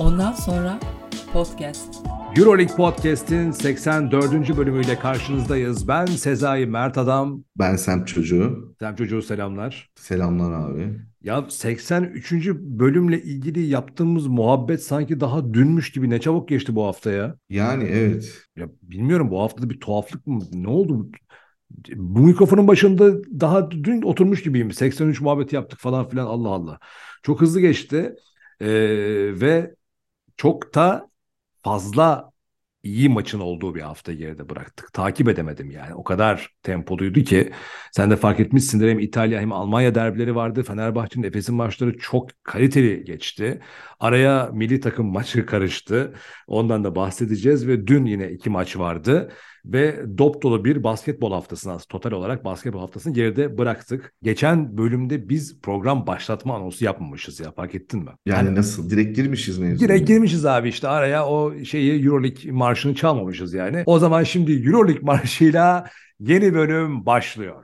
Ondan sonra podcast. Euroleague Podcast'in 84. bölümüyle karşınızdayız. Ben Sezai Mert Adam. Ben Semt Çocuğu. Semt Çocuğu selamlar. Selamlar abi. Ya 83. bölümle ilgili yaptığımız muhabbet sanki daha dünmüş gibi, ne çabuk geçti bu hafta ya. Yani evet. Ya bilmiyorum, bu haftada bir tuhaflık mı? Ne oldu? Bu mikrofonun başında daha dün oturmuş gibiyim. 83 muhabbeti yaptık falan filan, Allah Allah. Çok hızlı geçti. Ve çok da fazla iyi maçın olduğu bir hafta geride bıraktık. Takip edemedim yani. O kadar tempoluydu ki. Sen de fark etmişsindir, hem İtalya hem Almanya derbileri vardı. Fenerbahçe'nin Efes'in maçları çok kaliteli geçti. Araya milli takım maçı karıştı. Ondan da bahsedeceğiz ve dün yine 2 maç vardı. Ve dop dolu bir basketbol haftasını, total olarak basketbol haftasını geride bıraktık. Geçen bölümde biz program başlatma anonsu yapmamışız ya, fark ettin mi? Yani nasıl? Direkt girmişiz mevzuya. Direkt girmişiz abi, işte araya o şeyi, Euroleague marşını çalmamışız yani. O zaman şimdi Euroleague marşıyla yeni bölüm başlıyor.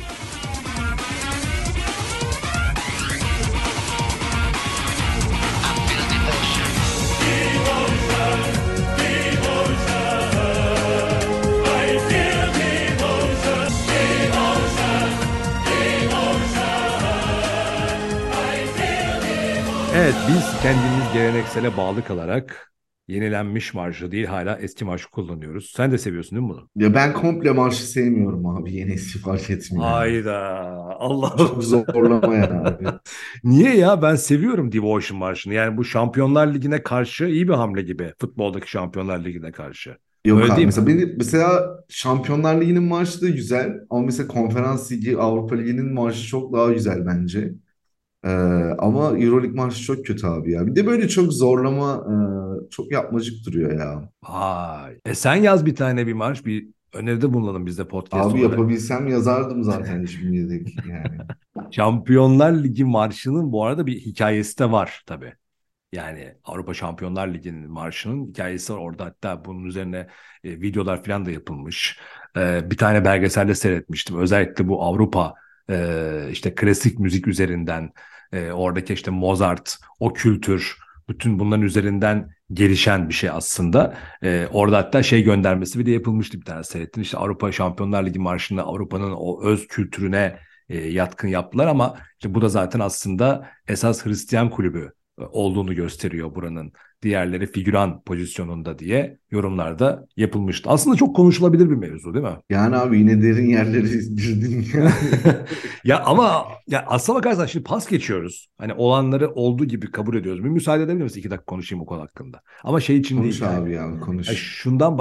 Evet, biz kendimiz geleneksele bağlı kalarak yenilenmiş marşı değil, hala eski marşı kullanıyoruz. Sen de seviyorsun değil mi bunu? Ya ben komple marşı sevmiyorum abi. Yeni eski fark etmiyor. Hayda, Allah'ım. Çok zorlama yani abi. Niye ya? Ben seviyorum Devotion marşını. Yani bu Şampiyonlar Ligi'ne karşı iyi bir hamle gibi. Futboldaki Şampiyonlar Ligi'ne karşı. Yok Öyle abi, değil mi? mesela Şampiyonlar Ligi'nin marşı da güzel ama mesela Konferans Ligi, Avrupa Ligi'nin marşı çok daha güzel bence. Ee, Ama Euroleague marşı çok kötü abi ya. Bir de böyle çok zorlama, çok yapmacık duruyor ya. Vay. Sen yaz bir tane bir marş, bir öneride bulunalım biz de podcast Abi olarak. yapabilsem yazardım zaten şimdilik yani. Şampiyonlar Ligi marşının bu arada bir hikayesi de var tabii. Yani Avrupa Şampiyonlar Ligi'nin marşının hikayesi var orada, hatta bunun üzerine videolar falan da yapılmış. Bir tane belgeselde seyretmiştim. Özellikle bu Avrupa işte klasik müzik üzerinden, oradaki işte Mozart, o kültür, bütün bunların üzerinden gelişen bir şey aslında. Orada hatta şey göndermesi bile yapılmıştı, bir tane seyrettim. İşte Avrupa Şampiyonlar Ligi marşını Avrupa'nın o öz kültürüne yatkın yaptılar, ama işte bu da zaten aslında esas Hristiyan kulübü olduğunu gösteriyor buranın. Diğerleri figüran pozisyonunda diye yorumlarda yapılmıştı. Aslında çok konuşulabilir bir mevzu değil mi? Yani abi yine derin yerlere girdin yani. Ya ama ya aslına bakarsan şimdi pas geçiyoruz. Hani olanları olduğu gibi kabul ediyoruz. Bir müsaade edebilir misin? 2 dakika konuşayım bu konu hakkında. Ama şey için değil Konuş yani. abi ya, Ya konuş. şundan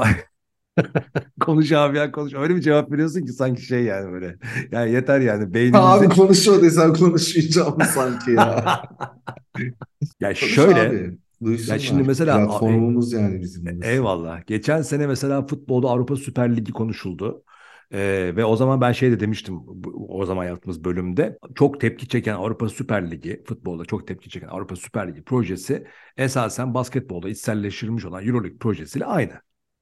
konuş abi ya, konuş. Öyle bir cevap veriyorsun ki sanki şey yani böyle. Yani yeter yani, beynimizi. Abi konuşuyor desem konuşmayacağım sanki ya. Ya Konuş şöyle. abi. Ya şimdi Duysunlar. mesela Platformumuz yani bizim burası. eyvallah. Geçen sene mesela futbolda Avrupa Süper Ligi konuşuldu. Ve o zaman ben şey de demiştim, o zaman yaptığımız bölümde çok tepki çeken Avrupa Süper Ligi, futbolda çok tepki çeken Avrupa Süper Ligi projesi esasen basketbolda içselleştirilmiş olan Euroleague projesiyle aynı.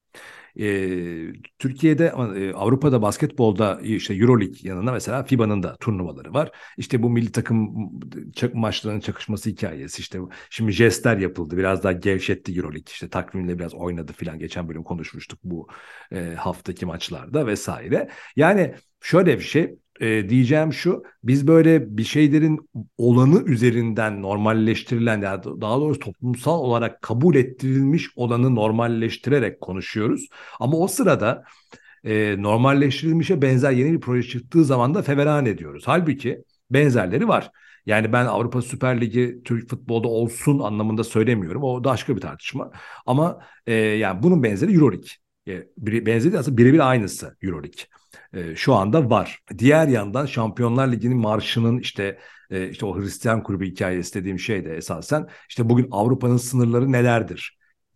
Türkiye'de, Avrupa'da basketbolda işte Euroleague yanında mesela FIBA'nın da turnuvaları var. İşte bu milli takım maçlarının çakışması hikayesi, işte şimdi jestler yapıldı. Biraz daha gevşetti Euroleague. İşte takvimle biraz oynadı filan. Geçen bölüm konuşmuştuk bu haftaki maçlarda vesaire. Yani şöyle bir şey, diyeceğim şu: biz böyle bir şeylerin olanı üzerinden normalleştirilen, yani daha doğrusu toplumsal olarak kabul ettirilmiş olanı normalleştirerek konuşuyoruz. Ama o sırada normalleştirilmişe benzer yeni bir proje çıktığı zaman da feveran ediyoruz. Halbuki benzerleri var. Yani ben Avrupa Süper Ligi Türk futbolda olsun anlamında söylemiyorum. O da başka bir tartışma. Ama yani bunun benzeri Euroleague. Benzeri aslında birebir aynısı Euroleague. Şu anda var. Diğer yandan Şampiyonlar Ligi'nin marşının işte o Hristiyan kulübü hikayesi dediğim şey de esasen işte bugün Avrupa'nın sınırları nelerdir?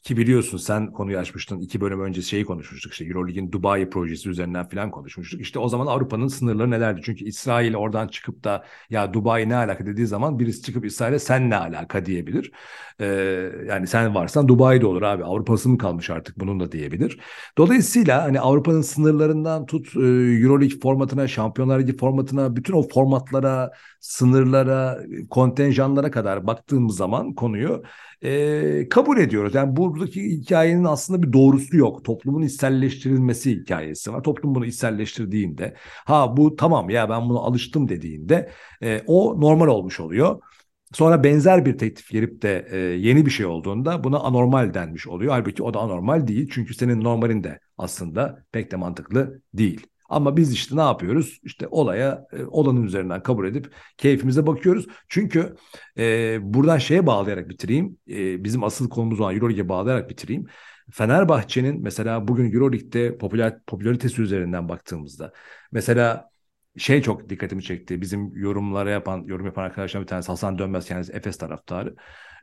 Ki biliyorsun sen konuyu açmıştın. 2 bölüm önce şeyi konuşmuştuk. İşte Euroleague'in Dubai projesi üzerinden falan konuşmuştuk. İşte o zaman Avrupa'nın sınırları nelerdi? Çünkü İsrail oradan çıkıp da ya Dubai ne alaka dediği zaman birisi çıkıp İsrail'e sen ne alaka diyebilir. Ee, Yani sen varsan Dubai'de olur abi. Avrupa'sı mı kalmış artık bunun da diyebilir. Dolayısıyla hani Avrupa'nın sınırlarından tut Euroleague formatına, Şampiyonlar Ligi formatına, bütün o formatlara, sınırlara, kontenjanlara kadar baktığımız zaman konuyu kabul ediyoruz. Yani buradaki hikayenin aslında bir doğrusu yok. Toplumun içselleştirilmesi hikayesi var. Toplum bunu içselleştirdiğinde, ha bu tamam ya ben buna alıştım dediğinde o normal olmuş oluyor. Sonra benzer bir teklif gelip de yeni bir şey olduğunda buna anormal denmiş oluyor. Halbuki o da anormal değil. Çünkü senin normalin de aslında pek de mantıklı değil. Ama biz işte ne yapıyoruz? İşte olaya olanın üzerinden kabul edip keyfimize bakıyoruz. Çünkü buradan şeye bağlayarak bitireyim. Bizim asıl konumuz olan Euroleague'e bağlayarak bitireyim. Fenerbahçe'nin mesela bugün Euroleague'de popülaritesi üzerinden baktığımızda mesela şey çok dikkatimi çekti. Bizim yorum yapan arkadaşlar bir tanesi Hasan Dönmez, kendisi Efes taraftarı.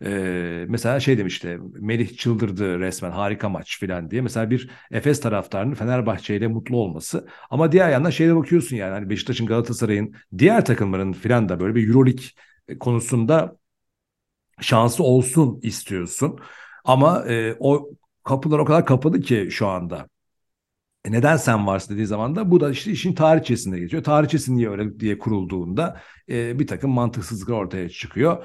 Mesela şey demişti. Melih çıldırdı resmen, harika maç filan diye. Mesela bir Efes taraftarının Fenerbahçe ile mutlu olması. Ama diğer yandan şeyde bakıyorsun yani hani Beşiktaş'ın, Galatasaray'ın, diğer takımların filan da böyle bir Euroleague konusunda şansı olsun istiyorsun. Ama o kapılar o kadar kapalı ki şu anda. Neden sen varsın dediği zaman da bu da işte işin tarihçesinde geçiyor. Tarihçesi niye öyle diye kurulduğunda bir takım mantıksızlıklar ortaya çıkıyor.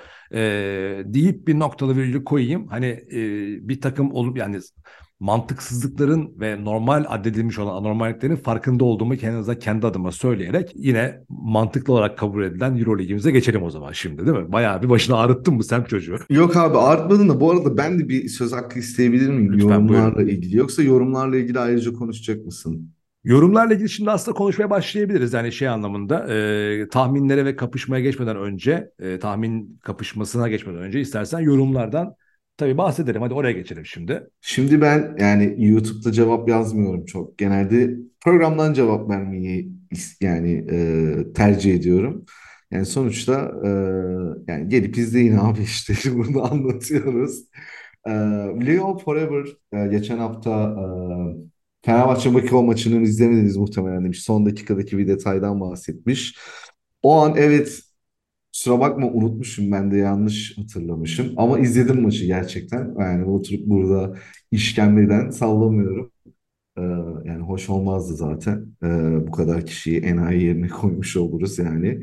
Deyip bir noktalı virgül koyayım. Hani bir takım olup yani mantıksızlıkların ve normal addedilmiş olan anormalliklerin farkında olduğumu kendi adıma söyleyerek yine mantıklı olarak kabul edilen Euroleague'imize geçelim o zaman şimdi, değil mi? Bayağı bir başını ağrıttın mı sen çocuğu? Yok abi, artmadın da bu arada ben de bir söz hakkı isteyebilir miyim Lütfen yorumlarla buyurun. ilgili? Yoksa yorumlarla ilgili ayrıca konuşacak mısın? Yorumlarla ilgili şimdi aslında konuşmaya başlayabiliriz. Yani şey anlamında tahminlere ve kapışmaya geçmeden önce, tahmin kapışmasına geçmeden önce istersen yorumlardan tabii bahsedelim. Hadi oraya geçelim şimdi. Şimdi ben yani YouTube'da cevap yazmıyorum çok. Genelde programdan cevap vermeyi tercih ediyorum. Yani sonuçta yani gelip izleyin abi işte bunu anlatıyoruz. E, Leo Forever geçen hafta Fenerbahçe Bakü maçını izlemediniz muhtemelen demiş. Son dakikadaki bir detaydan bahsetmiş. O an evet, kusura bakma unutmuşum, ben de yanlış hatırlamışım. Ama izledim maçı gerçekten. Yani oturup burada işkembeden sallamıyorum. Ee, Yani hoş olmazdı zaten. Bu kadar kişiyi enayi yerine koymuş oluruz yani.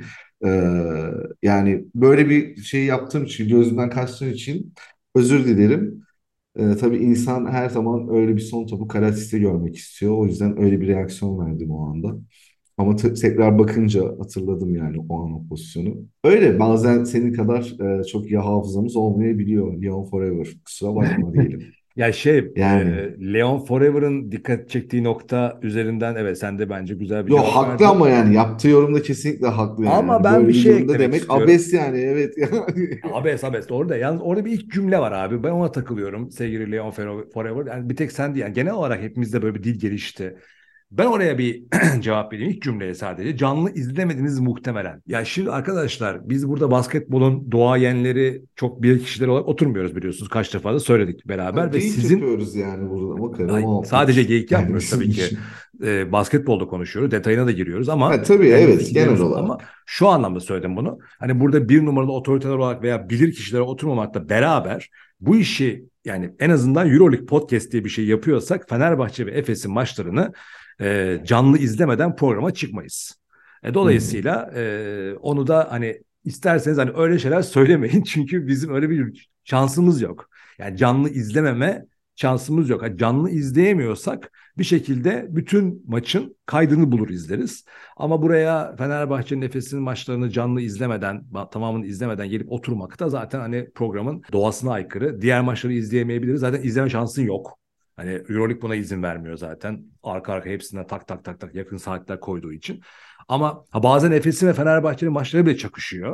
Yani böyle bir şey yaptığım için, gözümden kaçtığım için özür dilerim. Tabii insan her zaman öyle bir son topu Karatis'te görmek istiyor. O yüzden öyle bir reaksiyon verdim o anda. Ama tekrar bakınca hatırladım yani o an o pozisyonu. Öyle bazen senin kadar çok iyi hafızamız olmayabiliyor. Leon Forever. Kusura bakma diyelim. Ya şey, Yani. Leon Forever'ın dikkat çektiği nokta üzerinden evet sen de bence güzel bir Yo, cevap haklı verdin. ama yani yaptığı yorumda kesinlikle haklı yani. Ama Hani ben bir böyle bir şey durumda eklemek demek istiyorum. abes yani, evet yani. Abes abes doğru da yalnız orada bir ilk cümle var abi. Ben ona takılıyorum sevgili Leon Forever. Yani bir tek sen değil. Yani genel olarak hepimizde böyle bir dil gelişti. Ben oraya bir cevap vereyim. İlk cümleye sadece. Canlı izlemediniz muhtemelen. Ya şimdi arkadaşlar biz burada basketbolun doğayenleri çok bilir kişiler olarak oturmuyoruz biliyorsunuz. Kaç defa da söyledik Ha, beraber ve geyik sizin yapıyoruz yani burada. Makara ay, sadece muhabbet. geyik Yani yapmıyoruz bizim tabii ki. için. Basketbolda konuşuyoruz. Detayına da giriyoruz ama Ha, tabii kendi evet, genel fikirlerimiz ama olarak. şu anlamda söyledim bunu. Hani burada bir numaralı otoriteler olarak veya bilir kişilere oturmamakla beraber bu işi yani en azından Euroleague Podcast diye bir şey yapıyorsak Fenerbahçe ve Efes'in maçlarını canlı izlemeden programa çıkmayız. Hı hı. Dolayısıyla onu da hani isterseniz hani öyle şeyler söylemeyin çünkü bizim öyle bir şansımız yok. Yani canlı izlememe şansımız yok. Yani canlı izleyemiyorsak bir şekilde bütün maçın kaydını bulur izleriz. Ama buraya Fenerbahçe'nin Efes'in maçlarını canlı izlemeden, tamamını izlemeden gelip oturmak da zaten hani programın doğasına aykırı. Diğer maçları izleyemeyebiliriz. Zaten izleme şansın yok. Hani Euroleague buna izin vermiyor zaten. Arka arka hepsine tak tak tak tak yakın saatler koyduğu için. Ama bazen Efes'in ve Fenerbahçe'nin maçları bile çakışıyor.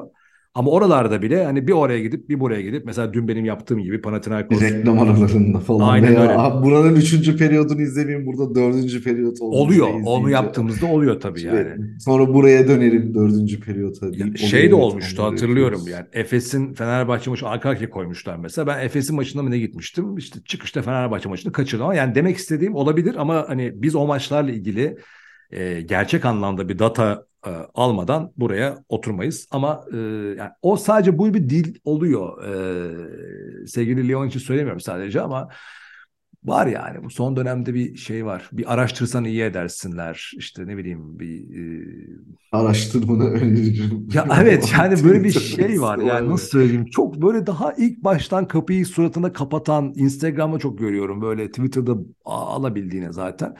Ama oralarda bile hani bir oraya gidip bir buraya gidip mesela dün benim yaptığım gibi Panathinaikos Reklam aralarında falan aynen veya öyle "Abi buranın 3. periyodunu izlemeyeyim, burada 4. periyot oldu oluyor. burayı Onu izleyince. yaptığımızda oluyor tabii İşte yani. sonra buraya dönerim 4. periyota Ya deyip oluyor, şey de evet, olmuştu onları hatırlıyorum yapıyoruz. yani Efes'in Fenerbahçe maçı arka arkaya koymuşlar mesela. Ben Efes'in maçına mı ne gitmiştim? İşte çıkışta Fenerbahçe maçını kaçırdım ama yani demek istediğim olabilir ama hani biz o maçlarla ilgili gerçek anlamda bir data almadan buraya oturmayız. Ama yani o sadece bu bir dil oluyor. Sevgili Leon için söylemiyorum sadece ama var yani bu son dönemde bir şey var. Bir araştırsan iyi edersinler. İşte ne bileyim bir Araştırmanı öneririm. ya evet yani böyle bir şey var. Twitter'da var Yani nasıl mı? söyleyeyim? Çok böyle daha ilk baştan kapıyı suratına kapatan Instagram'da çok görüyorum. Böyle Twitter'da alabildiğine zaten.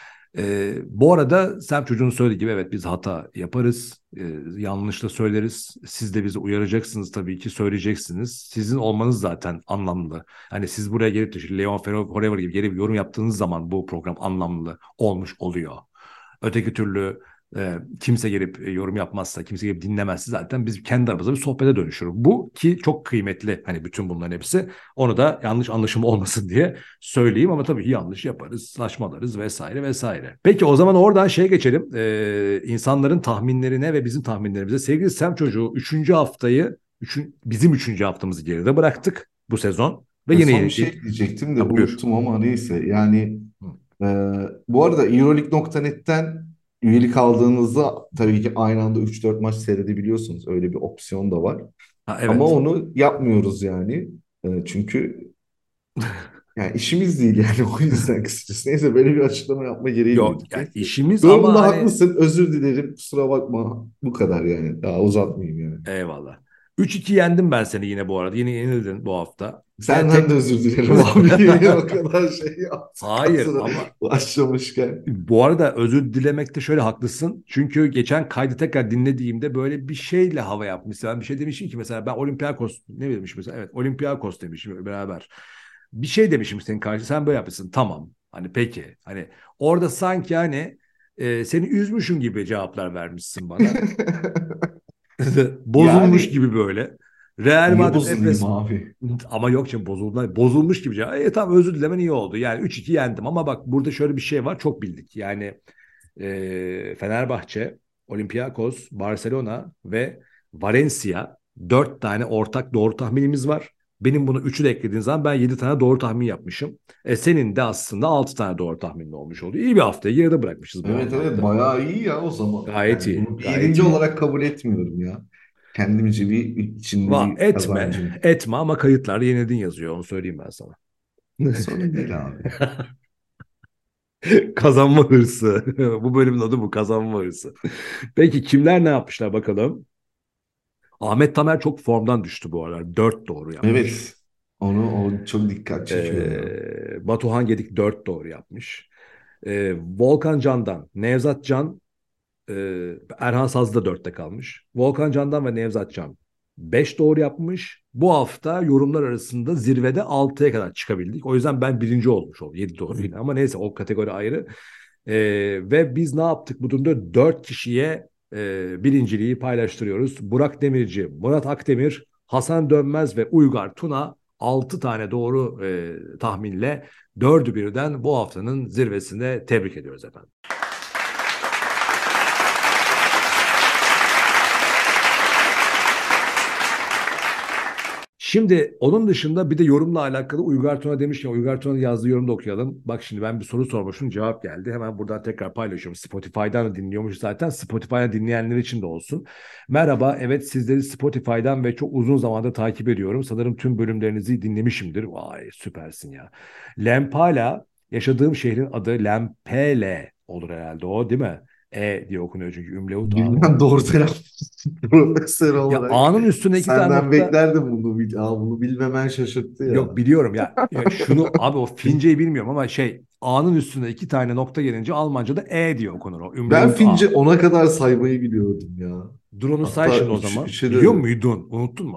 Bu arada Sem çocuğun söylediği gibi evet biz hata yaparız. Yanlış da söyleriz. Siz de bizi uyaracaksınız tabii ki söyleyeceksiniz. Sizin olmanız zaten anlamlı. Hani siz buraya gelip de işte Leon Forever gibi gelip yorum yaptığınız zaman bu program anlamlı olmuş oluyor. Öteki türlü kimse gelip yorum yapmazsa, kimse gelip dinlemezse zaten biz kendi aramızda bir sohbete dönüşür. Bu ki çok kıymetli hani bütün bunların hepsi. Onu da yanlış anlaşılma olmasın diye söyleyeyim ama tabii ki yanlış yaparız, saçmalarız vesaire vesaire. Peki o zaman oradan şeye geçelim. İnsanların tahminlerine ve bizim tahminlerimize. Sevgili Sem çocuğu bizim 3. haftamızı geride bıraktık bu sezon. Ve Ve yine son bir yeni... şey diyecektim de Ha, buyur. unuttum ama neyse. Yani Hı. bu arada Euroleague.net'ten üyelik aldığınızda tabii ki aynı anda 3-4 maç seyredebiliyorsunuz. Öyle bir opsiyon da var. Ha, Ama evet. onu yapmıyoruz yani. Çünkü yani işimiz değil yani, o yüzden kısacası. Neyse, böyle bir açıklama yapma gereği Yok duyduk. yani Neyse. işimiz ama Yorumunda hani haklısın. Özür dilerim. Kusura bakma. Bu kadar yani. Daha uzatmayayım yani. eyvallah. 3-2 yendim ben seni yine bu arada. Yine yenildin bu hafta. Ve Senden de tek özür dilerim abi. Yine o kadar şey yaptık hayır hazır ama başlamışken. bu arada özür dilemekte şöyle haklısın. Çünkü geçen kaydı tekrar dinlediğimde böyle bir şeyle hava yapmışsın. Ben bir şey demişim ki mesela ben Olympiakos ne demişim mesela? Evet Olympiakos demişim beraber. Bir şey demişim senin karşı sen böyle yapmışsın. Tamam. Hani peki. Hani orada sanki hani seni üzmüşüm gibi cevaplar vermişsin bana. Bozulmuş Yani gibi böyle. Real niye Madrid bozulayım Efes abi? ama yok canım bozulmuş gibi. Tamam özür dilemen iyi oldu. Yani 3-2 yendim ama bak burada şöyle bir şey var çok bildik. Yani Fenerbahçe, Olympiakos, Barcelona ve Valencia 4 tane ortak doğru tahminimiz var. Benim bunu 3'ü de eklediğin zaman ben 7 tane doğru tahmin yapmışım. Senin de aslında 6 tane doğru tahminin olmuş oluyor. İyi bir haftayı geride bırakmışız bu Evet, evet, anlamda. bayağı iyi ya o zaman. Gayet Yani iyi, bunu bir gayet yenilgi iyi. olarak kabul etmiyorum ya. Kendimce bir içinde bir Etme, kazancım. etme ama kayıtlarda yenildin yazıyor. Onu söyleyeyim ben sana. Sorun değil abi. Kazanma hırsı. Bu bölümün adı bu kazanma hırsı. Peki kimler ne yapmışlar bakalım. Ahmet Tamer çok formdan düştü bu aralar. 4 doğru yapmış. Evet. O çok dikkat çekiyor ya. Batuhan Gedik 4 doğru yapmış. Volkan Can'dan Nevzat Can Erhan Sazlı da 4'te kalmış. Volkan Can'dan ve Nevzat Can 5 doğru yapmış. Bu hafta yorumlar arasında zirvede 6'ya kadar çıkabildik. O yüzden ben birinci olmuş oldum. 7 doğruyla ama neyse o kategori ayrı. Ve biz ne yaptık bu durumda? 4 kişiye birinciliği paylaştırıyoruz. Burak Demirci, Murat Akdemir, Hasan Dönmez ve Uygar Tuna 6 tane doğru tahminle 4'ü birden bu haftanın zirvesinde tebrik ediyoruz efendim. Şimdi onun dışında bir de yorumla alakalı Uygar Tuna demişken Uygar Tuna'nın yazdığı yorumu da okuyalım. Bak şimdi ben bir soru sormuşum cevap geldi. Hemen buradan tekrar paylaşıyorum. Spotify'dan da dinliyormuş zaten. Spotify'dan dinleyenler için de olsun. Merhaba, evet sizleri Spotify'dan ve çok uzun zamandır takip ediyorum. Sanırım tüm bölümlerinizi dinlemişimdir. Vay süpersin ya. Lempala, yaşadığım şehrin adı Lempele olur herhalde o değil mi? Diye okunuyor çünkü Ümlaut A var. Bilmem, doğru telaffuz profesör Ya olarak. A'nın üstüne iki tane Senden nokta. beklerdim bunu. Bunu bilmemen şaşırttı ya. Yok biliyorum ya şunu abi o Fince'yi bilmiyorum ama şey A'nın üstüne 2 tane nokta gelince Almanca'da diye okunur o. Ben Umlaut A. Fince ona kadar saymayı biliyordum ya. Dur onu say Hatta şimdi o 3 zaman. 3'e Biliyor de muydun? Unuttun mu?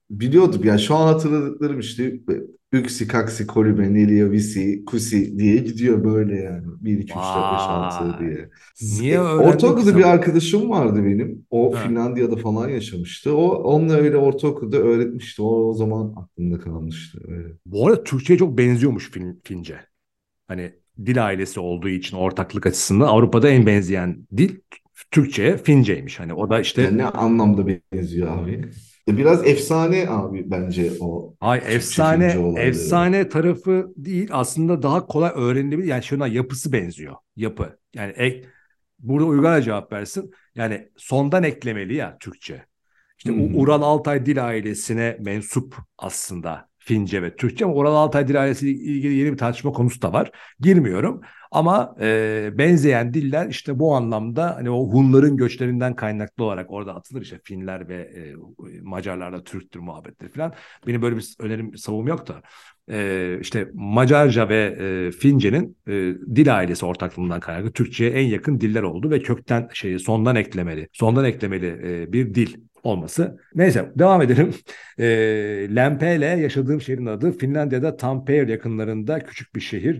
biliyordum ya, şu an hatırladıklarım işte Üksi, Kaksi, Kolübe, Nelia, Visi, Kusi diye gidiyor böyle yani. Bir 2 3 4 5 6 Vay. diye. Niye öğrendin ki Ortaokulda bir sen? arkadaşım vardı benim. O Ha. Finlandiya'da falan yaşamıştı. Onunla öyle ortaokulda öğretmişti. O zaman aklımda kalmıştı. Öyle. Bu arada Türkçe'ye çok benziyormuş Fince. Hani dil ailesi olduğu için ortaklık açısından Avrupa'da en benzeyen dil Türkçe'ye Finceymiş. Hani o da işte Yani ne anlamda benziyor abi? Biraz efsane abi bence o ay Türkçe Fince efsane olayları. efsane tarafı değil aslında daha kolay öğrenilebilir. Yani şuna yapısı benziyor. Yapı. Yani burada Uygar'a cevap versin. Yani sondan eklemeli ya Türkçe. Hı İşte hı. Ural Altay dil ailesine mensup aslında Fince ve Türkçe ama Ural Altay dil ailesiyle ilgili yeni bir tartışma konusu da var. Girmiyorum ama benzeyen diller işte bu anlamda hani o Hunların göçlerinden kaynaklı olarak orada atılır işte Finler ve Macarlarla Türktür muhabbetleri falan. Benim böyle bir önerim savunum yok da işte Macarca ve Fince'nin dil ailesi ortaklığından kaynaklı Türkçe'ye en yakın diller oldu ve kökten sondan eklemeli bir dil olması. Neyse devam edelim. Lempele yaşadığım şehrin adı Finlandiya'da Tampere yakınlarında küçük bir şehir.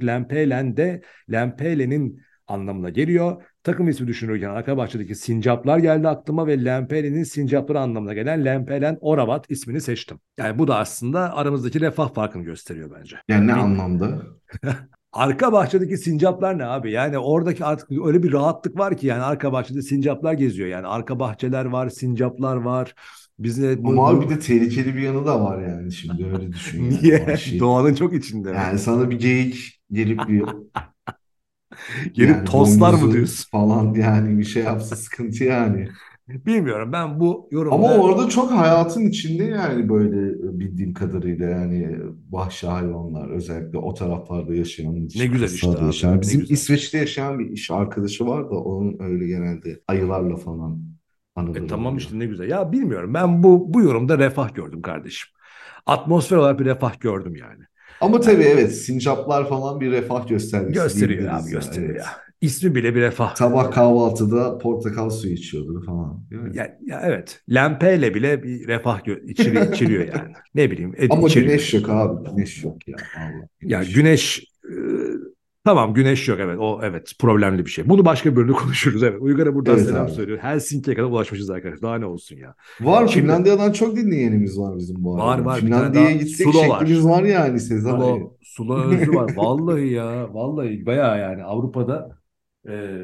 Lempele'nin anlamına geliyor. Takım ismi düşünürken arka bahçedeki sincaplar geldi aklıma ve Lempele'nin sincapları anlamına gelen Lempelen Oravat ismini seçtim. Yani bu da aslında aramızdaki refah farkını gösteriyor bence. Yani ne Bilmiyorum. anlamda? Arka bahçedeki sincaplar ne abi? Yani oradaki artık öyle bir rahatlık var ki yani arka bahçede sincaplar geziyor. Yani arka bahçeler var, sincaplar var. Bize Ama abi bir de tehlikeli bir yanı da var yani, şimdi öyle düşün yani, niye? vahşi. Doğanın çok içinde mi? Yani sana bir geyik gelip bir Gelip yani toslar mı boynuzlu diyorsun? falan yani bir şey yapsa sıkıntı yani. Bilmiyorum. Ben bu Ama yorumda orada çok hayatın içinde yani, böyle bildiğim kadarıyla yani vahşi hayvanlar, özellikle o taraflarda yaşayan, ne güzel işte kırslarda abi. yaşayan. Ne Bizim güzel. İsveç'te yaşayan bir iş arkadaşı var da onun öyle genelde ayılarla falan anıları Tamam oluyor. işte ne güzel. Ya bilmiyorum. Ben bu yorumda refah gördüm kardeşim. Atmosfer olarak bir refah gördüm yani. Ama Ha, tabii evet, sincaplar falan bir refah göstergesi gösteriyor abi diyebiliriz ya, gösteriyor evet. ya. İsmi bile bir refah. Sabah kahvaltıda portakal suyu içiyordur falan. Değil mi? Ya evet. Lempeyle bile bir refah içiriyor yani. Ne bileyim Ama içeriyor güneş yani. yok abi. Güneş yok ya. Vallahi Ya güneş yok. güneş tamam güneş yok evet o evet problemli bir şey. Bunu başka bir bölümde konuşuruz evet. Uygar'a buradan Evet selam abi. söylüyor. Helsinki'ye kadar ulaşmışız arkadaşlar. Daha ne olsun ya. Var, Şimdi Finlandiya'dan çok dinleyenimiz var bizim bu var arada. var bir tane Finlandiya'ya daha gittik Sulo şeklimiz var. var yani, Sezai. Sula Özlü var. Vallahi ya. Vallahi bayağı yani Avrupa'da e,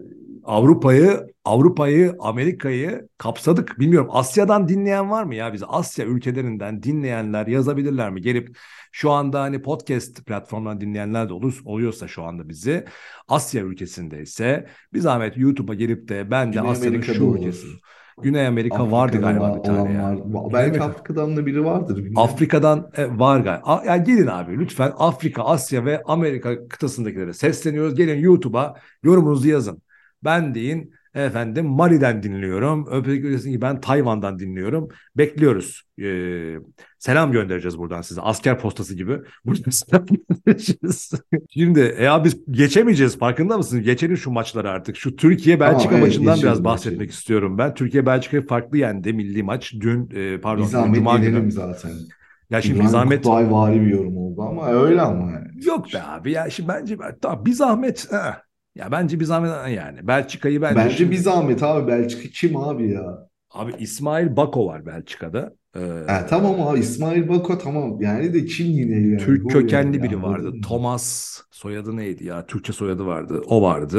Avrupa'yı, Amerika'yı kapsadık. Bilmiyorum Asya'dan dinleyen var mı ya? Bizi Asya ülkelerinden dinleyenler yazabilirler mi? Gelip şu anda hani podcast platformlarından dinleyenler de oluyorsa şu anda bizi Asya ülkesindeyse bir zahmet YouTube'a gelip de ben de Güney Asya'nın Amerika'da şu ülkesi. olur. Güney Amerika vardı Afrika'da galiba bir tane olan ya. var. Güney Belki Amerika. Afrika'dan da biri vardır, bilmiyorum. Afrika'dan var galiba. Ya gelin abi lütfen Afrika, Asya ve Amerika kıtasındakilere sesleniyoruz. Gelin YouTube'a yorumunuzu yazın. Ben deyin efendim Mali'den dinliyorum. Öbürü desin ki ben Tayvan'dan dinliyorum. Bekliyoruz. Selam göndereceğiz buradan size. Asker postası gibi. Buradan selam göndereceğiz. Şimdi biz geçemeyeceğiz farkında mısınız? Geçelim şu maçları artık. Şu Tamam, Türkiye-Belçika evet, maçından biraz geçelim bahsetmek geçelim. istiyorum ben. Türkiye-Belçika'yı farklı yendi milli maç. Bir Bugün zahmet Cuma günü. yenelim zaten. Ya şimdi bir İbrahim zahmet Kutluayvari bir yorum oldu ama öyle ama yani. yok be abi ya şimdi bence tamam, bir zahmet ya bence bir zahmet yani Belçika'yı bence Bence bir şimdi zahmet abi. Belçika kim abi ya? abi İsmail Bako var Belçika'da. Tamam abi, İsmail Bako tamam. Yani de kim yine yani, Türk bu yani, kökenli biri anladın vardı. mı? Thomas soyadı neydi ya? Türkçe soyadı vardı. O vardı.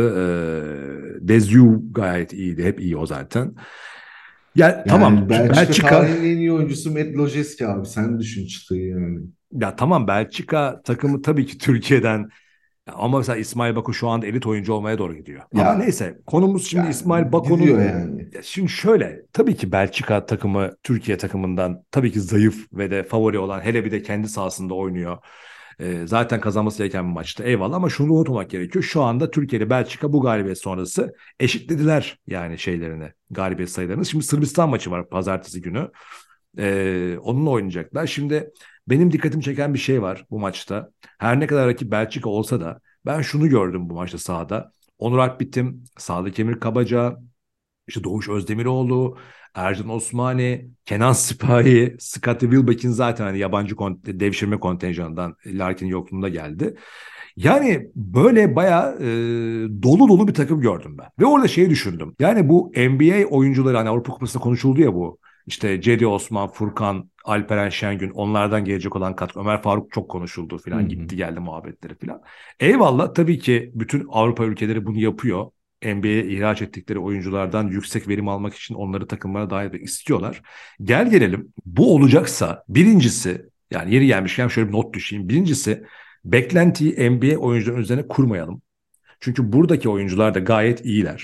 Dezyu gayet iyiydi. Hep iyi o zaten. Ya tamam Yani Belçika Belçika tarihinin en iyi oyuncusu Matt Lojeski abi. Sen düşün çıtığı yani. ya tamam Belçika takımı tabii ki Türkiye'den. Ama mesela İsmail Baku şu anda elit oyuncu olmaya doğru gidiyor. Ama Ya neyse konumuz şimdi yani İsmail gidiyor Baku'nun yani. ya şimdi şöyle tabii ki Belçika takımı Türkiye takımından tabii ki zayıf ve de favori olan hele bir de kendi sahasında oynuyor. Zaten kazanması gereken bir maçtı eyvallah ama şunu unutmamak gerekiyor. Şu anda Türkiye ile Belçika bu galibiyet sonrası eşitlediler yani şeylerini galibiyet sayılarını. Şimdi Sırbistan maçı var pazartesi günü. Onunla oynayacaklar. Şimdi benim dikkatimi çeken bir şey var bu maçta. Her ne kadar rakip Belçika olsa da ben şunu gördüm bu maçta sahada. Onur Akbitim, Sadık Emir Kabaca, İşte Doğuş Özdemiroğlu, Ercan Osmani, Kenan Sipahi, Scottie Wilbeck'in zaten hani yabancı devşirme kontenjanından Larkin yokluğunda geldi. Yani böyle bayağı dolu dolu bir takım gördüm ben. Ve orada şeyi düşündüm. Yani bu NBA oyuncuları hani Avrupa Kupası'nda konuşuldu ya bu. İşte Cedi Osman, Furkan, Alperen Şengün, onlardan gelecek olan katkı. Ömer Faruk çok konuşuldu Hı falan, hı. gitti geldi muhabbetleri falan. Eyvallah, tabii ki bütün Avrupa ülkeleri bunu yapıyor. NBA'ye ihraç ettikleri oyunculardan yüksek verim almak için onları takımlara dahil etmek istiyorlar. Gel gelelim, bu olacaksa birincisi, yani yeri gelmişken şöyle bir not düşeyim. Birincisi, beklentiyi NBA oyuncuların üzerine kurmayalım. Çünkü buradaki oyuncular da gayet iyiler.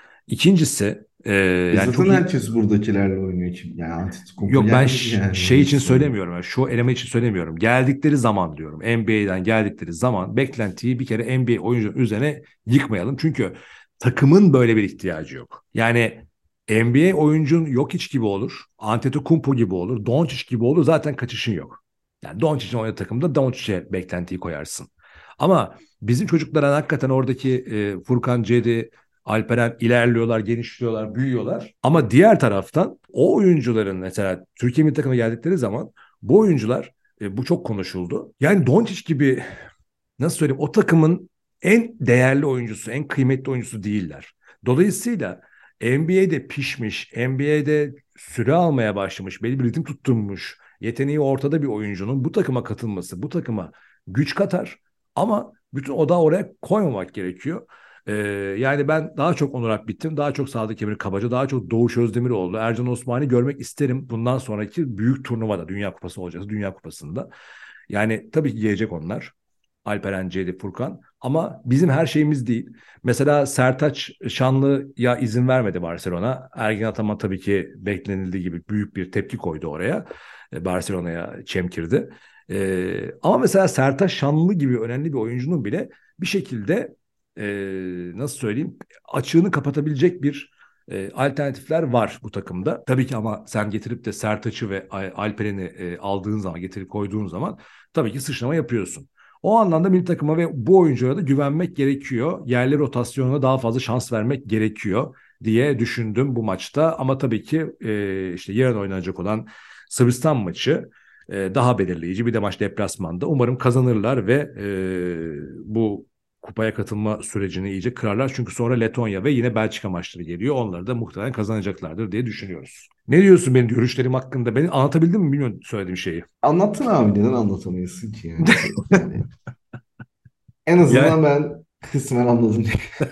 İkincisi yani Zaten çok iyi. herkes buradakilerle oynuyor ki. Yani Antetokounmpo Yok, ben gelmedi yani şey demek için istiyorum. söylemiyorum. Yani şu eleme için söylemiyorum. Geldikleri zaman diyorum. NBA'den geldikleri zaman beklentiyi bir kere NBA oyuncuların üzerine yıkmayalım. Çünkü takımın böyle bir ihtiyacı yok. Yani NBA oyuncun Jokic gibi olur. Antetokounmpo gibi olur. Doncic gibi olur. Zaten kaçışın yok. Yani Doncic'in oynadığı takımda Doncic'e beklentiyi koyarsın. Ama bizim çocuklara hakikaten oradaki Furkan, Cedi, Alperen ilerliyorlar, genişliyorlar, büyüyorlar. Ama diğer taraftan o oyuncuların mesela Türkiye milli takımına geldikleri zaman bu oyuncular, bu çok konuşuldu. Yani Doncic gibi, nasıl söyleyeyim, o takımın en değerli oyuncusu, en kıymetli oyuncusu değiller. Dolayısıyla NBA'de pişmiş, NBA'de süre almaya başlamış, belli bir ritim tutturmuş, yeteneği ortada bir oyuncunun bu takıma katılması, bu takıma güç katar. Ama bütün odağı oraya koymamak gerekiyor. Ee, Yani ben daha çok Onur Akbit'im, daha çok Sadık Emir Kabaca, daha çok Doğuş Özdemiroğlu, Ercan Osman'ı görmek isterim bundan sonraki büyük turnuvada, Dünya Kupası olacak, Dünya Kupası'nda. Yani tabii ki gelecek onlar. Alperen, Cedi, Furkan. Ama bizim her şeyimiz değil. Mesela Sertaç Şanlı'ya izin vermedi Barcelona. Ergin Ataman tabii ki beklenildiği gibi büyük bir tepki koydu oraya. Barcelona'ya çemkirdi. Ama mesela Sertaç Şanlı gibi önemli bir oyuncunun bile bir şekilde e, nasıl söyleyeyim, açığını kapatabilecek bir alternatifler var bu takımda. Tabii ki, ama sen getirip de Sertaç'ı ve Alperen'i aldığın zaman, getirip koyduğun zaman tabii ki sıçrama yapıyorsun. O anlamda milli takıma ve bu oyunculara da güvenmek gerekiyor. Yerli rotasyonuna daha fazla şans vermek gerekiyor diye düşündüm bu maçta. Ama tabii ki işte yarın oynanacak olan Sırbistan maçı daha belirleyici. Bir de maç deplasmanda. Umarım kazanırlar ve bu kupaya katılma sürecini iyice kırarlar. Çünkü sonra Letonya ve yine Belçika maçları geliyor. Onları da muhtemelen kazanacaklardır diye düşünüyoruz. Ne diyorsun benim görüşlerim hakkında? Beni anlatabildim mi bilmiyorum söylediğim şeyi. Anlattın abi, neden anlatamıyorsun ki yani? Yani en azından Yani, ben kısmen anladım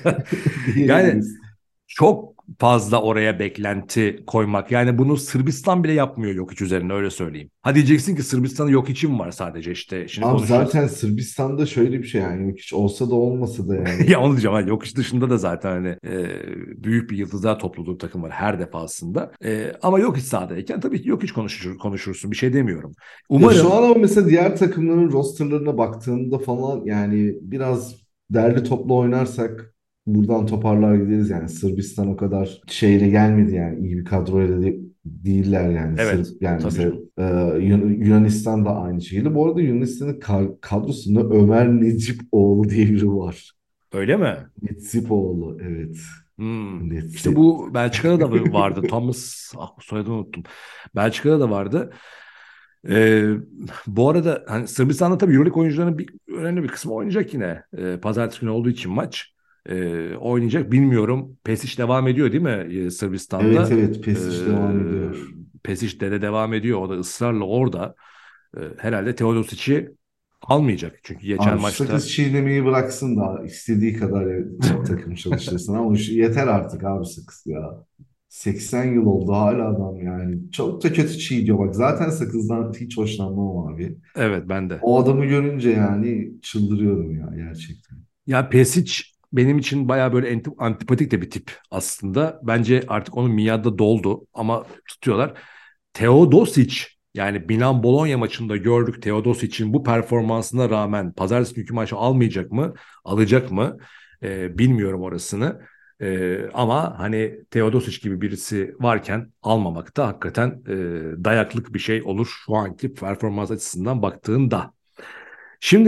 yani diyebiliriz. çok fazla oraya beklenti koymak. Yani bunu Sırbistan bile yapmıyor yok hiç üzerine, öyle söyleyeyim. Ha, diyeceksin ki Sırbistan'da yok içim var sadece, işte şimdi Abi konuşacağız. zaten Sırbistan'da şöyle bir şey yani, hiç olsa da olmasa da yani. Ya onu diyeceğim, hani yok iç dışında da zaten hani büyük bir yıldızlar topluluğu takım var her defasında. Ama yok iç sahadayken tabii ki yok hiç konuşursun, bir şey demiyorum. Ya şu Umarım. an ama mesela diğer takımların rosterlarına baktığında falan yani biraz derli toplu oynarsak buradan toparlar gideriz yani. Sırbistan o kadar şeyle gelmedi yani, iyi bir kadroyla değiller yani. Evet, Yani tabii mesela canım. Yunanistan da aynı şekilde. Bu arada Yunanistan'ın kadrosunda Ömer Necipoğlu diye biri var. Öyle mi? Necipoğlu, evet. Hmm. İşte Netsi. bu Belçika'da da vardı. Thomas, soyadını unuttum. Belçika'da da vardı. Ee, Bu arada hani Sırbistan'da tabii EuroLeague oyuncularının önemli bir kısmı oynayacak yine. Pazartesi günü olduğu için maç oynayacak. Bilmiyorum. Pesic devam ediyor değil mi Evet, Sırbistan'da? evet, Ee, Pesic devam ediyor. Pesic de devam ediyor. O da ısrarla orada. Herhalde Teodosic'i almayacak. Çünkü geçen Abi şu maçta. sakız çiğnemeyi bıraksın da istediği kadar takım çalıştırsın ama yeter artık abi sakız ya. 80 yıl oldu hala adam yani. Çok da kötü çiğniyor bak. Zaten sakızdan hiç hoşlanmam abi. Evet, ben de. O adamı görünce yani çıldırıyorum ya gerçekten. Ya Pesic benim için bayağı böyle antipatik de bir tip aslında. Bence artık onun miadı doldu ama tutuyorlar. Teodosic, yani Milan Bologna maçında gördük, Teodosic'in bu performansına rağmen pazartesi günkü maçı almayacak mı? Alacak mı? Bilmiyorum orasını. Ama hani Teodosic gibi birisi varken almamak da hakikaten dayaklık bir şey olur şu anki performans açısından baktığında. Şimdi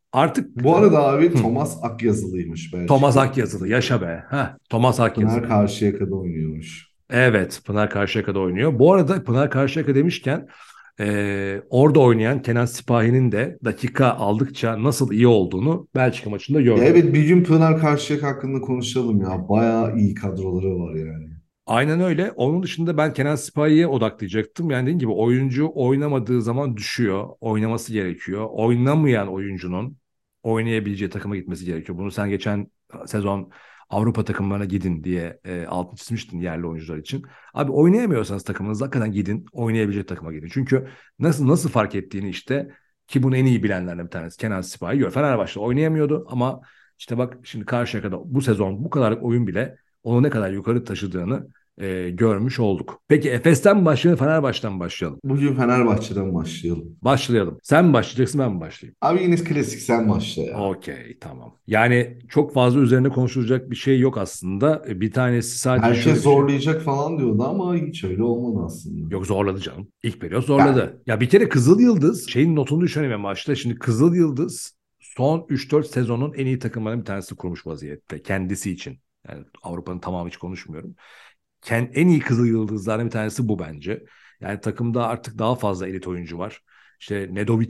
Artık Bu arada abi hı, Thomas Akyazılı'ymış Thomas Belçikalı. Akyazılı yaşa be. Thomas Pınar Akyazılı. Karşıyaka'da oynuyormuş. Evet, Pınar Karşıyaka'da oynuyor. Bu arada Pınar Karşıyaka demişken orada oynayan Kenan Sipahi'nin de dakika aldıkça nasıl iyi olduğunu Belçika maçında Ya gördük. evet, bir gün Pınar Karşıyaka hakkında konuşalım ya. Bayağı iyi kadroları var yani. Aynen öyle. Onun dışında ben Kenan Sipahi'ye odaklayacaktım. Yani dediğim gibi oyuncu oynamadığı zaman düşüyor. Oynaması gerekiyor. Oynamayan oyuncunun oynayabileceği takıma gitmesi gerekiyor. Bunu sen geçen sezon Avrupa takımlarına gidin diye altını çizmiştin yerli oyuncular için. Abi oynayamıyorsanız takımınız hakikaten gidin. Oynayabilecek takıma gidin. Çünkü nasıl fark ettiğini işte ki bunu en iyi bilenlerden bir tanesi Kenan Sipahi gör. Fenerbahçe oynayamıyordu ama işte bak şimdi Karşıyaka'da bu sezon bu kadar oyun bile onu ne kadar yukarı taşıdığını görmüş olduk. Peki Efes'ten mi başlayalım, Fenerbahçe'den mi başlayalım? Bugün Fenerbahçe'den başlayalım. Başlayalım. Sen mi başlayacaksın, ben mi başlayayım? Abi yine klasik, sen başla ya. Okey, tamam. Yani çok fazla üzerine konuşulacak bir şey yok aslında. Bir tanesi sadece şöyle Herkes bir şey. zorlayacak falan diyordu ama hiç öyle olmadı aslında. Yok zorladı canım. İlk periyot Yani zorladı. Ya bir kere Kızıl Yıldız şeyin notunu düşüremem maçta. Şimdi Kızıl Yıldız son 3-4 sezonun en iyi takımlarının bir tanesi kurmuş vaziyette. Kendisi için. Yani Avrupa'nın tamamı hiç konuşmuyorum. En iyi Kızıl Yıldızlardan bir tanesi bu bence. Yani takımda artık daha fazla elit oyuncu var. İşte Nedovic,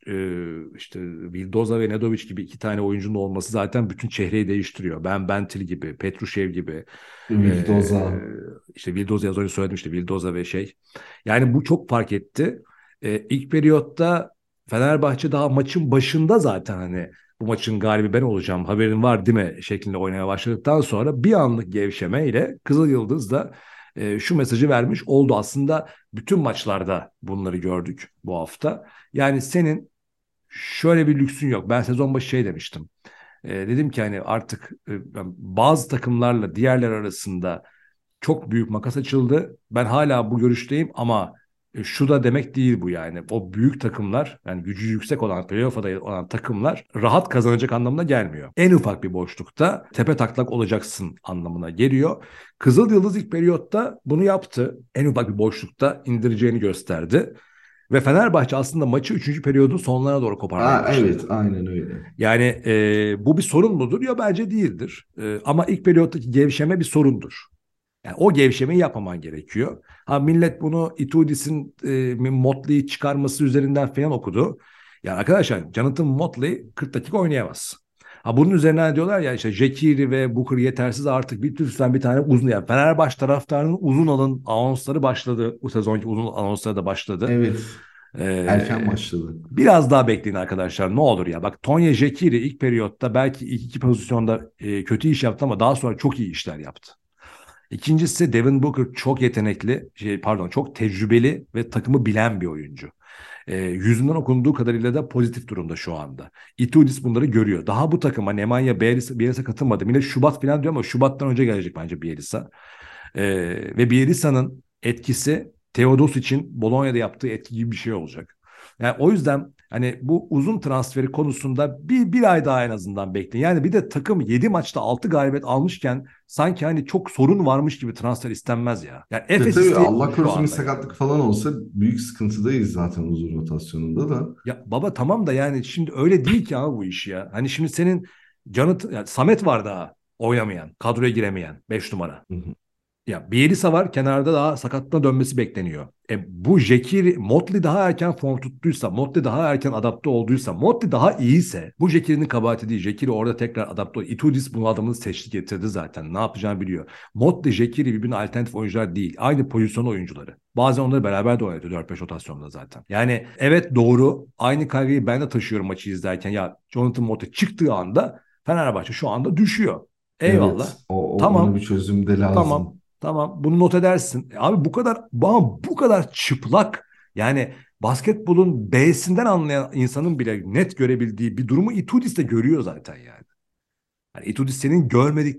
işte Vildoza ve Nedovic gibi iki tane oyuncunun olması zaten bütün çehreyi değiştiriyor. Ben Bentil gibi, Petrushev gibi, e, Vildoza. işte Vildoza az önce söyledim işte Vildoza ve şey. Yani bu çok fark etti. İlk periyotta Fenerbahçe daha maçın başında zaten hani bu maçın galibi ben olacağım haberin var değil mi şeklinde oynamaya başladıktan sonra bir anlık gevşemeyle Kızıl Yıldız da şu mesajı vermiş oldu. Aslında bütün maçlarda bunları gördük bu hafta. Yani senin şöyle bir lüksün yok. Ben sezon başı şey demiştim. Dedim ki hani artık bazı takımlarla diğerler arasında çok büyük makas açıldı. Ben hala bu görüşteyim ama şu da demek değil bu yani. O büyük takımlar yani gücü yüksek olan playoff adayı olan takımlar rahat kazanacak anlamına gelmiyor. En ufak bir boşlukta tepe taklak olacaksın anlamına geliyor. Kızıl Yıldız ilk periyotta bunu yaptı. En ufak bir boşlukta indireceğini gösterdi. Ve Fenerbahçe aslında maçı 3. periyodun sonlarına doğru koparmaya Aa, başladı. evet, aynen öyle. Yani bu bir sorun mudur? Ya bence değildir. Ama ilk periyottaki gevşeme bir sorundur. Yani o gevşemeyi yapmaman gerekiyor. Ha millet bunu Itudis'in Motley'i çıkarması üzerinden falan okudu. Yani arkadaşlar Jonathan Motley 40 dakika oynayamaz. Ha bunun üzerine diyorlar ya işte Jekiri ve Booker yetersiz artık lütfen bir tane uzun yap. Fenerbahçe taraftarının uzun alın anonsları başladı. Bu sezonki uzun anonsları da başladı. Evet. Erken Ee, başladı. Biraz daha bekleyin arkadaşlar ne olur ya. Bak Tonya Jekiri ilk periyotta belki ilk iki pozisyonda kötü iş yaptı ama daha sonra çok iyi işler yaptı. İkincisi Devin Booker çok yetenekli, çok tecrübeli ve takımı bilen bir oyuncu. Yüzünden okunduğu kadarıyla da pozitif durumda şu anda. Itudis bunları görüyor. Daha bu takıma Nemanja Bjelica katılmadı. Millet Şubat falan diyor ama Şubat'tan önce gelecek bence Bjelica. Ve Bjelica'nın etkisi Teodos için Bologna'da yaptığı etki gibi bir şey olacak. Yani o yüzden hani bu uzun transferi konusunda bir ay daha en azından bekleyin. Yani bir de takım 7 maçta 6 galibiyet almışken sanki hani çok sorun varmış gibi transfer istenmez ya. Yani Ya Efes tabii isteyebilir Allah şu korusun bir anda yani. sakatlık falan olsa büyük sıkıntıdayız zaten uzun rotasyonunda da. Ya baba tamam da yani şimdi öyle değil ki abi bu iş ya. Hani şimdi senin yani Samet var daha oynamayan, kadroya giremeyen 5 numara. Hı hı. Ya Bielisa var kenarda daha sakatlığına dönmesi bekleniyor. Bu Jekiri, Motley daha erken form tuttuysa, Motley daha erken adapte olduysa, Motley daha iyiyse bu Jekiri'nin kabahati değil. Jekiri orada tekrar adapte oldu. Itudis bunu adamını seçti getirdi zaten. Ne yapacağını biliyor. Motley, Jekiri birbirine alternatif oyuncular değil. Aynı pozisyon oyuncuları. Bazen onları beraber de oynadı 4-5 rotasyonda zaten. Yani evet doğru. Aynı kaygıyı ben de taşıyorum maçı izlerken. Ya Jonathan Motley çıktığı anda Fenerbahçe şu anda düşüyor. Eyvallah. Evet, ona Tamam. bir çözüm de Tamam. lazım. Tamam. Bunu not edersin. Abi bu kadar çıplak yani basketbolun B'sinden anlayan insanın bile net görebildiği bir durumu Itudis de görüyor zaten yani. Yani Itudis senin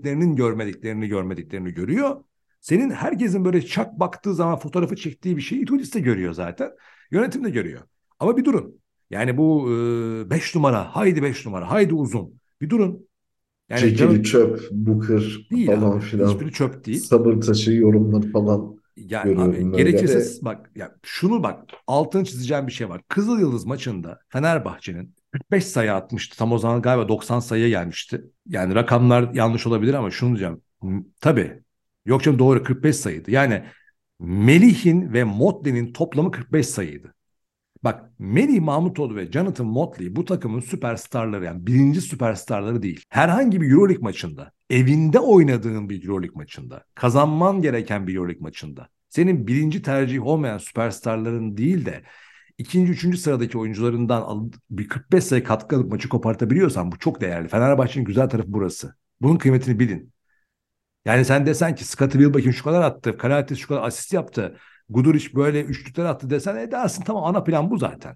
görmediklerini görüyor. Senin herkesin böyle çak baktığı zaman fotoğrafı çektiği bir şeyi Itudis de görüyor zaten. Yönetim de görüyor. Ama bir durun. Yani bu 5 numara, haydi 5 numara, haydi uzun. Bir durun. Yani Çekili canım çöp, Booker değil falan abi. Hiçbiri filan. çöp değil. Sabır taşı yorumları falan Yani abi görüyorum böyle gerekirse de. bak ya şunu bak altını çizeceğim bir şey var. Kızıl Yıldız maçında Fenerbahçe'nin 45 sayı atmıştı. Tam o zaman galiba 90 sayıya gelmişti. Yani rakamlar yanlış olabilir ama şunu diyeceğim. Tabii. Yok canım, doğru, 45 sayıydı. Yani Melih'in ve Motley'nin toplamı 45 sayıydı. Bak, Melih Mahmutoğlu ve Jonathan Motley bu takımın süperstarları, yani birinci süperstarları değil. Herhangi bir EuroLeague maçında, evinde oynadığın bir EuroLeague maçında, kazanman gereken bir EuroLeague maçında, senin birinci tercih olmayan süperstarların değil de ikinci, üçüncü sıradaki oyuncularından bir 45 sayı katkı alıp maçı kopartabiliyorsan bu çok değerli. Fenerbahçe'nin güzel tarafı burası. Bunun kıymetini bilin. Yani sen desen ki Scottie Wilbeck'in şu kadar attı, Karatis şu kadar asist yaptı, Guduric böyle üçlükler attı desen edersin, tamam, ana plan bu zaten.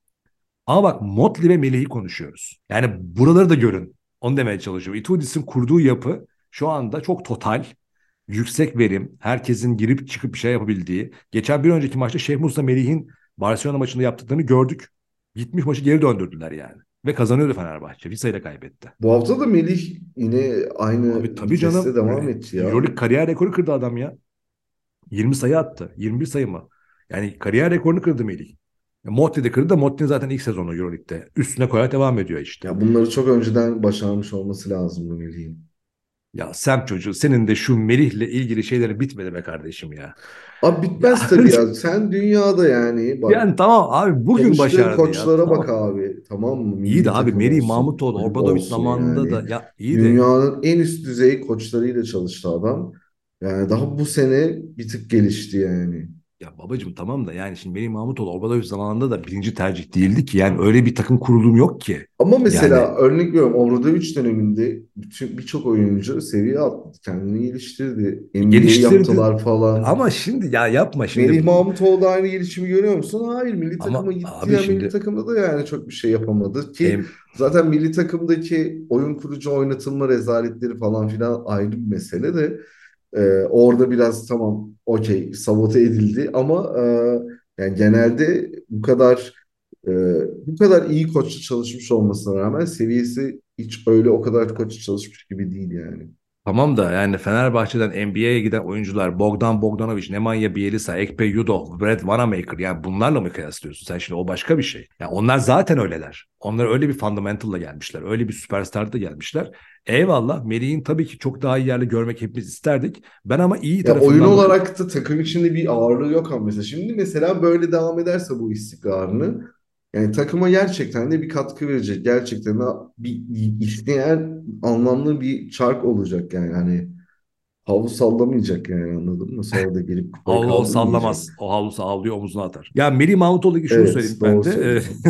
Ama bak, Motley ve Melih'i konuşuyoruz. Yani buraları da görün. Onu demeye çalışıyorum. Itudis'in kurduğu yapı şu anda çok total, yüksek verim, herkesin girip çıkıp bir şey yapabildiği. Geçen bir önceki maçta Şeyh Musa Melih'in Barcelona maçında yaptıklarını gördük. Gitmiş maçı geri döndürdüler yani. Ve kazanıyordu Fenerbahçe. Bir sayıyla kaybetti. Bu hafta da Melih yine aynı Abi tabii viteste canım. devam etti ya. Euroleague kariyer rekoru kırdı adam ya. 20 sayı attı. 21 sayı mı? Yani kariyer rekorunu kırdı Melih. Motti de kırdı da Motti'nin zaten ilk sezonu Euroleague'de. Üstüne koyarak devam ediyor işte. Ya bunları çok önceden başarmış olması lazım bu Melih'in. Ya Sem çocuğu, senin de şu Melih'le ilgili şeyleri bitmedi be kardeşim ya. Abi Ya, bitmez tabii ya. Sen dünyada yani bak, yani tamam abi, bugün çalıştığı başardı ya, koçlara bak tamam. abi. Tamam mı? İyi de Milli abi, takım Melih olsun, Mahmutoğlu, kulüp Obradoviç olsun zamanında da yani. ya iyi de, Dünyanın en üst düzey koçlarıyla çalıştı adam. Yani daha bu sene bir tık gelişti yani. ya babacığım tamam da yani şimdi Melih Mahmutoğlu Obradoviç zamanında da birinci tercih değildi ki. Yani öyle bir takım kurulum yok ki. Ama Yani mesela örnek veriyorum, Obradoviç döneminde birçok oyuncu seviye atladı, kendini geliştirdi. NBA geliştirdi yaptılar falan. ama şimdi ya yapma şimdi. Melih Mahmutoğlu aynı gelişimi görüyor musun? Hayır, milli takıma Ama gitti abi ya, milli şimdi takımda da yani çok bir şey yapamadı ki em, zaten milli takımdaki oyun kurucu oynatılma rezaletleri falan filan ayrı bir mesele de orada biraz tamam, okey, sabote edildi ama yani genelde e, bu kadar iyi koçla çalışmış olmasına rağmen seviyesi hiç öyle o kadar koçla çalışmış gibi değil yani. tamam da yani Fenerbahçe'den NBA'ye giden oyuncular Bogdan Bogdanovic, Nemanja Bjelica, Ekpe Yudov, Brad Wanamaker, yani bunlarla mı kıyaslıyorsun sen şimdi? O başka bir şey. Yani onlar zaten öyleler. Onlar öyle bir fundamental'la gelmişler. Öyle bir süperstar'da gelmişler. Eyvallah, Melih'in tabii ki çok daha iyi yerle görmek hepimiz isterdik. Ben ama iyi Ya oyun tarafından bakıp olarak da takım içinde bir ağırlığı yok ama mesela şimdi mesela böyle devam ederse bu istikrarını, yani takıma gerçekten de bir katkı verecek. Gerçekten de bir isteyen anlamlı bir çark olacak yani, hani havlu sallamayacak yani, anladın mı? Sonra da gelip kupayı havlu o kaldırmayacak. sallamaz. O havlusu havluyor, omzuna atar. Ya Melih Mahmutoğlu'na ilgili şunu Evet, söyleyeyim ben doğru de. söylüyorsun.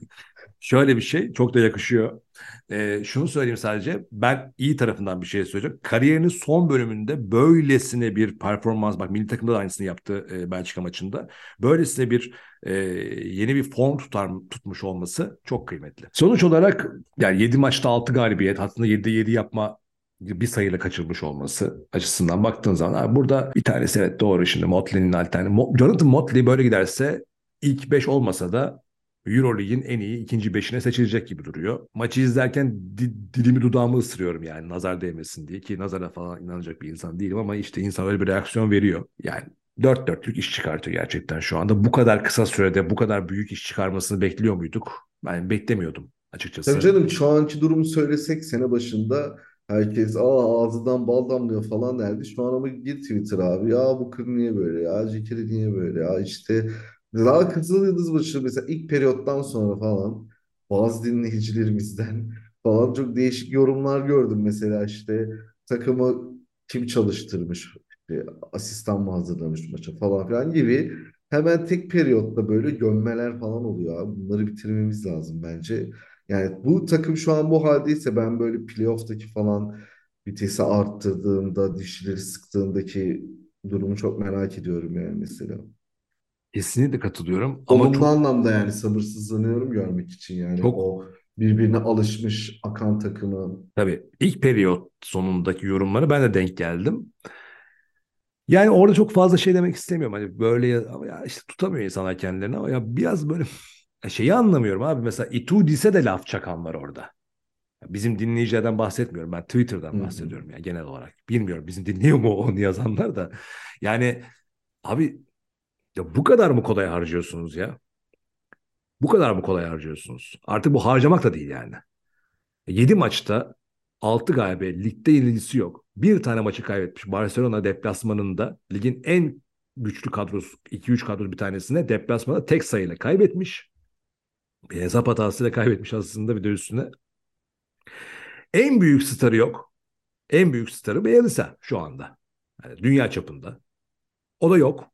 Şöyle bir şey çok da yakışıyor. Şunu söyleyeyim sadece. Ben iyi tarafından bir şey söyleyeceğim. Kariyerinin son bölümünde böylesine bir performans. Bak, milli takımda da aynısını yaptı Belçika maçında. Böylesine bir yeni bir form tutmuş olması çok kıymetli. Sonuç olarak yani 7 maçta 6 galibiyet. Aslında 7'de 7 yapma, bir sayıyla kaçırmış olması açısından baktığın zaman abi, burada bir tanesi evet doğru, şimdi Motley'nin alternatifi. Jonathan Motley böyle giderse ilk 5 olmasa da Euroleague'in en iyi ikinci beşine seçilecek gibi duruyor. Maçı izlerken dilimi dudağımı ısırıyorum yani, nazar değmesin diye, ki nazara falan inanacak bir insan değilim ama işte insan öyle bir reaksiyon veriyor. Yani dört dörtlük iş çıkartıyor gerçekten şu anda. Bu kadar kısa sürede bu kadar büyük iş çıkarmasını bekliyor muyduk? Ben beklemiyordum Tabii açıkçası. canım, şu anki durumu söylesek sene başında herkes ağzından bal damlıyor falan derdi. Şu an ama git Twitter abi, ya bu kız niye böyle, ya Cekiri niye böyle, ya işte daha Kızıl Yıldız maçı mesela ilk periyottan sonra falan bazı dinleyicilerimizden falan çok değişik yorumlar gördüm. Mesela işte takımı kim çalıştırmış, işte asistan mı hazırlamış maça falan filan gibi, hemen tek periyotta böyle gömmeler falan oluyor abi. Bunları bitirmemiz lazım bence. Yani bu takım şu an bu haldeyse ben böyle playoff'taki falan vitesi arttırdığında, dişleri sıktığındaki durumu çok merak ediyorum yani mesela. Kesinlikle katılıyorum ama Olumlu çok anlamda yani sabırsızlanıyorum görmek için yani çok o birbirine alışmış akan takımı. tabii ilk periyot sonundaki yorumlara ben de denk geldim. Yani orada çok fazla şey demek istemiyorum. Hani böyle ya işte tutamıyor insanlar kendilerini ama ya biraz böyle şeyi anlamıyorum abi. Mesela Itudis'e de laf çakan var orada. Bizim dinleyicilerden bahsetmiyorum. Ben Hı Twitter'dan hı. bahsediyorum ya genel olarak. Bilmiyorum bizim dinliyor mu onu yazanlar da. Yani abi, ya bu kadar mı kolay harcıyorsunuz ya? Bu kadar mı kolay harcıyorsunuz? Artık bu harcamak da değil yani. 7 maçta 6 galibiyet, ligde yenilgisi yok. Bir tane maçı kaybetmiş. Barcelona deplasmanında ligin en güçlü kadrosu, 2-3 kadrosu bir tanesine deplasmanda tek sayıyla kaybetmiş. Bir hesap hatasıyla kaybetmiş aslında bir de üstüne. En büyük starı yok. En büyük starı Bielsa şu anda. Yani dünya çapında. O da yok.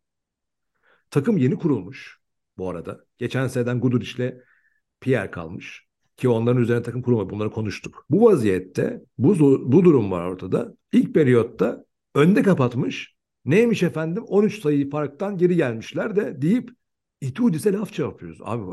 Takım yeni kurulmuş bu arada. Geçen seneden Guduric'le Pierre kalmış. Ki onların üzerine takım kurulmadı. Bunları konuştuk. Bu vaziyette bu durum var ortada. İlk periyotta önde kapatmış. Neymiş efendim? 13 sayı farktan geri gelmişler de deyip Itudis'e laf çarpıyoruz. Abi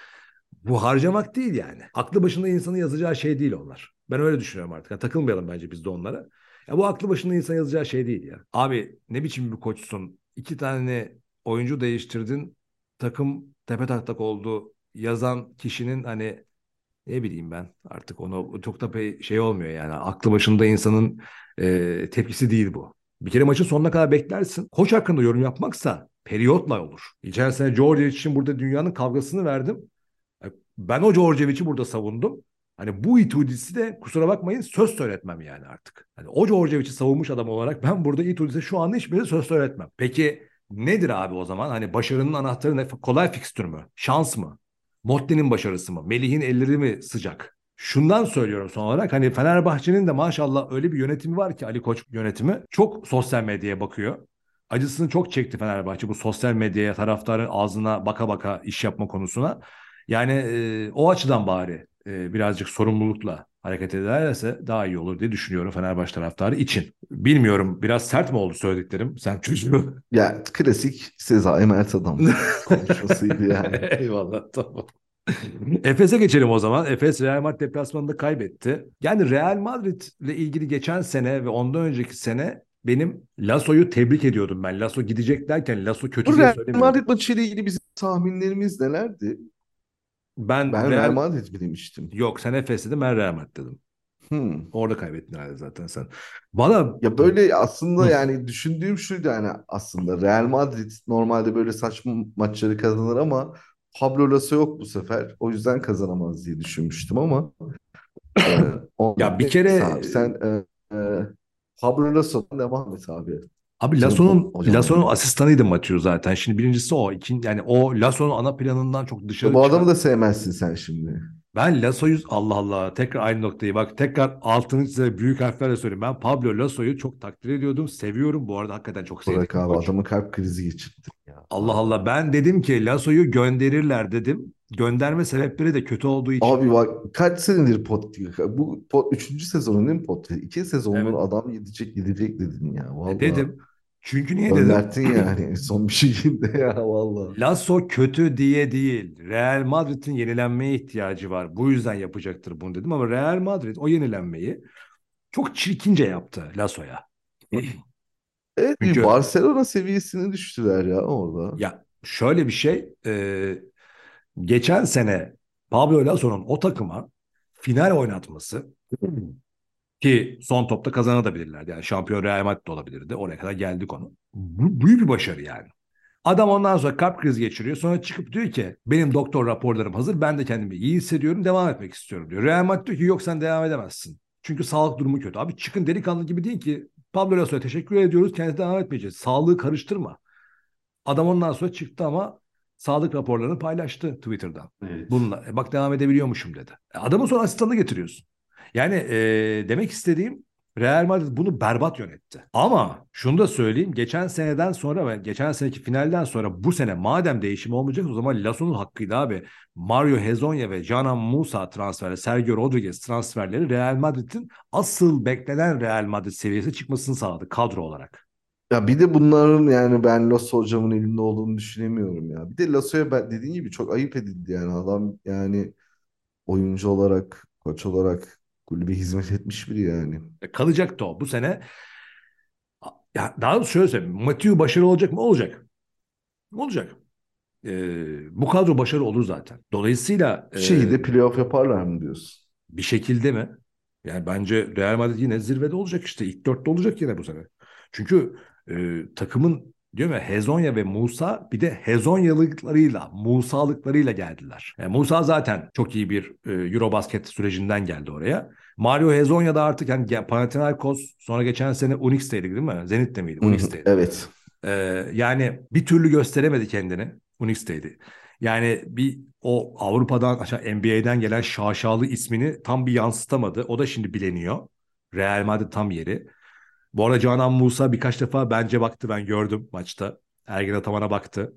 bu harcamak değil yani. Aklı başında insanın yazacağı şey değil onlar. Ben öyle düşünüyorum artık. Yani takılmayalım bence biz de onlara. Ya bu aklı başında insan yazacağı şey değil ya. Abi ne biçim bir koçsun? 2 tane oyuncu değiştirdin. Takım tepe oldu. Yazan kişinin hani ne bileyim ben artık onu çok da şey olmuyor yani. Aklı başında insanın tepkisi değil bu. Bir kere maçın sonuna kadar beklersin. Koç hakkında yorum yapmaksa periyotla olur. Geçen sene George için burada dünyanın kavgasını verdim. Ben o Djordjevic'i burada savundum. Hani bu Itudis'i de kusura bakmayın söz söyletmem yani artık. Hani o Djordjevic'i savunmuş adam olarak ben burada Itudis'e şu anda hiçbir söz söyletmem. Peki nedir abi o zaman? Hani başarının anahtarı ne? Kolay fikstür mü? Şans mı? Motti'nin başarısı mı? Melih'in elleri mi sıcak? Şundan söylüyorum son olarak hani Fenerbahçe'nin de maşallah öyle bir yönetimi var ki Ali Koç yönetimi çok sosyal medyaya bakıyor. Acısını çok çekti Fenerbahçe bu sosyal medyaya taraftarın ağzına baka baka iş yapma konusuna. Yani o açıdan bari birazcık sorumlulukla hareket ederse daha iyi olur diye düşünüyorum Fenerbahçe taraftarı için. Bilmiyorum biraz sert mi oldu söylediklerim? Sen çocuğu. Ya klasik Sezai Mert adam konuşmasıydı yani. Eyvallah tamam. Efes'e geçelim o zaman. Efes Real Madrid deplasmanında kaybetti. Yani Real Madrid ile ilgili geçen sene ve ondan önceki sene benim Lasso'yu tebrik ediyordum ben. Lasso gidecek derken Lasso kötü Bu diye Real söylemiyordum. Madrid maçıyla ilgili bizim tahminlerimiz nelerdi? Ben Ben Real Real Madrid mi demiştim? yok sen Efes dedim ben Real Madrid dedim. Hmm. Orada kaybettin herhalde zaten sen. Bana Ya böyle aslında hı, yani düşündüğüm şuydu yani aslında Real Madrid normalde böyle saçma maçları kazanır ama Pablo Laso yok bu sefer. O yüzden kazanamaz diye düşünmüştüm ama ya bir neyse kere abi sen Pablo Laso'dan devam et abi. abi Canım hocam Lasso'nun benim. asistanıydı Mathieu zaten. Şimdi birincisi o. Yani o Lasso'nun ana planından çok dışarı Bu çıkan. adamı da sevmezsin sen şimdi. Ben Lasso'yu Allah Allah tekrar aynı noktayı bak tekrar altını size büyük harflerle söyleyeyim. Ben Pablo Lasso'yu çok takdir ediyordum. Seviyorum. Bu arada hakikaten çok sevdiğim Burak bir abi koç. adamı kalp krizi geçirdi ya. Allah Allah Vallahi. ben dedim ki Lasso'yu gönderirler dedim. Gönderme sebepleri de kötü olduğu için. Abi bak kaç senedir üçüncü sezonu değil mi podcast? İki Evet. sezondur adam gidecek dedin ya. Vallahi Dedim. Çünkü niye dedim? gönderttin yani son bir şekilde ya vallahi. Lasso kötü diye değil. Real Madrid'in yenilenmeye ihtiyacı var. Bu yüzden yapacaktır bunu dedim ama Real Madrid o yenilenmeyi çok çirkince yaptı Lasso'ya. Evet bir Çünkü Barcelona seviyesini düştüler ya orada. ya şöyle bir şey geçen sene Pablo Lasso'nun o takıma final oynatması ki son topta kazanabilirlerdi. Yani şampiyon Real Madrid de olabilirdi. Oraya kadar geldik onu. Büyük bir başarı yani. Adam ondan sonra kalp krizi geçiriyor. Sonra çıkıp diyor ki benim doktor raporlarım hazır. Ben de kendimi iyi hissediyorum. Devam etmek istiyorum diyor. Real Madrid diyor ki yok sen devam edemezsin. Çünkü sağlık durumu kötü. Abi çıkın delikanlı gibi değil ki Pablo Lasso'ya teşekkür ediyoruz. Kendisi devam etmeyeceğiz. Sağlığı karıştırma. Adam ondan sonra çıktı ama sağlık raporlarını paylaştı Twitter'dan. Evet. Bununla bak devam edebiliyormuşum dedi. Adamın sonra asistanını getiriyorsun. Yani demek istediğim Real Madrid bunu berbat yönetti. Ama şunu da söyleyeyim. Geçen seneden sonra ve geçen seneki finalden sonra bu sene madem değişim olmayacak o zaman Lasso'nun hakkıydı abi. Mario Hezonja ve Canan Musa transferleri, Sergio Rodriguez transferleri Real Madrid'in asıl beklenen Real Madrid seviyesi çıkmasını sağladı kadro olarak. Ya bir de bunların yani ben Lasso hocamın elinde olduğunu düşünemiyorum ya. Bir de Lasso'ya dediğin gibi çok ayıp edildi yani adam yani oyuncu olarak, koç olarak kulübe hizmet etmiş biri yani. Kalacaktı o bu sene. Ya daha doğrusu şöyle söyleyeyim. Mathieu başarılı olacak mı? Olacak. Olacak. Bu kadro başarı olur zaten. Dolayısıyla Bir şekilde playoff yaparlar mı diyorsun? bir şekilde mi? Yani bence Real Madrid yine zirvede olacak işte. İlk dörtte olacak yine bu sene. Çünkü takımın Diyorum ya, Hezonya ve Musa bir de Hezonyalıklarıyla, Musalıklarıyla geldiler. Musa zaten çok iyi bir Eurobasket sürecinden geldi oraya. Mario Hezonja da artık yani Panathinaikos, sonra geçen sene Unix'teydi değil mi? Zenit'te miydi? Hı hı, Unix'teydi. evet. Yani bir türlü gösteremedi kendini. Unix'teydi. Yani bir o Avrupa'dan aşağı NBA'den gelen şaşalı ismini tam bir yansıtamadı. O da şimdi bileniyor. Real Madrid tam yeri. Bu arada Canan Musa birkaç defa bence baktı, ben gördüm maçta. Ergin Ataman'a baktı.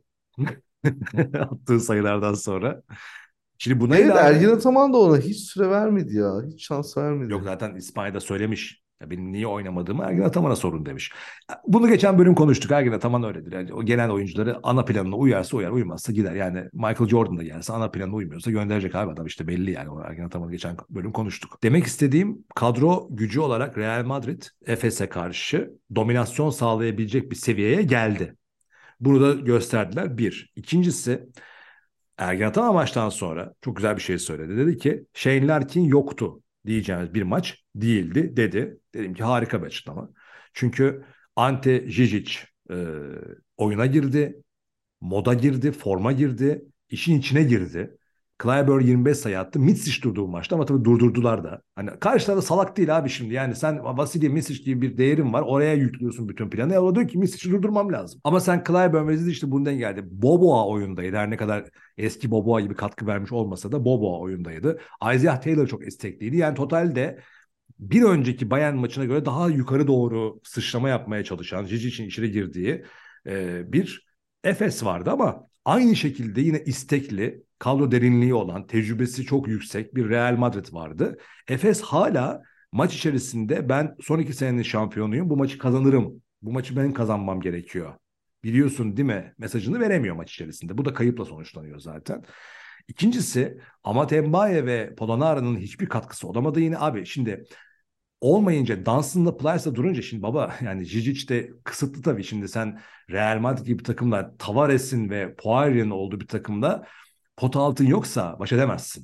Attığı sayılardan sonra. Şimdi buna Evet, Ergin ilave Ataman da ona hiç süre vermedi ya. Hiç şans yok, vermedi. zaten İspanya'da söylemiş. Ya benim niye oynamadığımı Ergin Ataman'a sorun demiş. Bunu geçen bölüm konuştuk. Ergin Ataman öyledir. Yani o gelen oyuncuları ana planına uyarsa uyar, uymazsa gider. Yani Michael Jordan da gelse ana planına uymuyorsa gönderecek abi adam, işte belli yani. O Ergin Ataman'ı geçen bölüm konuştuk. Demek istediğim, kadro gücü olarak Real Madrid Efes'e karşı dominasyon sağlayabilecek bir seviyeye geldi. Bunu da gösterdiler, bir. İkincisi, Ergen Ataman maçtan sonra çok güzel bir şey söyledi. Dedi ki Shane Larkin yoktu diyeceğimiz bir maç değildi dedi. Dedim ki harika bir açıklama. Çünkü Ante Žižić oyuna girdi, moda girdi, forma girdi, işin içine girdi. Clyburn 25 sayı attı. Mitsic durdu bu maçta ama tabii durdurdular da. Hani karşılarda salak değil abi şimdi. Yani sen Vasilya Mitsic diye bir değerin var. Oraya yüklüyorsun bütün planı. Ya o diyor ki Mitsic'i durdurmam lazım. Ama sen Clyburn ve Zizic işte bundan geldi. Boboa oyundaydı. Her ne kadar eski Boboa gibi katkı vermiş olmasa da Boboa oyundaydı. Isaiah Taylor çok istekliydi. Yani totalde bir önceki Bayern maçına göre daha yukarı doğru sıçrama yapmaya çalışan, Žižic'in içine girdiği bir Efes vardı ama aynı şekilde yine istekli, kadro derinliği olan, tecrübesi çok yüksek bir Real Madrid vardı. Efes hala maç içerisinde ben son 2 senenin şampiyonuyum, bu maçı kazanırım, bu maçı benim kazanmam gerekiyor, biliyorsun değil mi mesajını veremiyor maç içerisinde. Bu da kayıpla sonuçlanıyor zaten. İkincisi, Amat Mbaye ve Polonara'nın hiçbir katkısı olamadı yine. Abi şimdi olmayınca, Dunstan'la Plyce'la durunca, şimdi baba yani Žižić de kısıtlı tabii. Şimdi sen Real Madrid gibi takımlar, Tavares'in ve Poirier'in olduğu bir takımda pota altın yoksa baş edemezsin.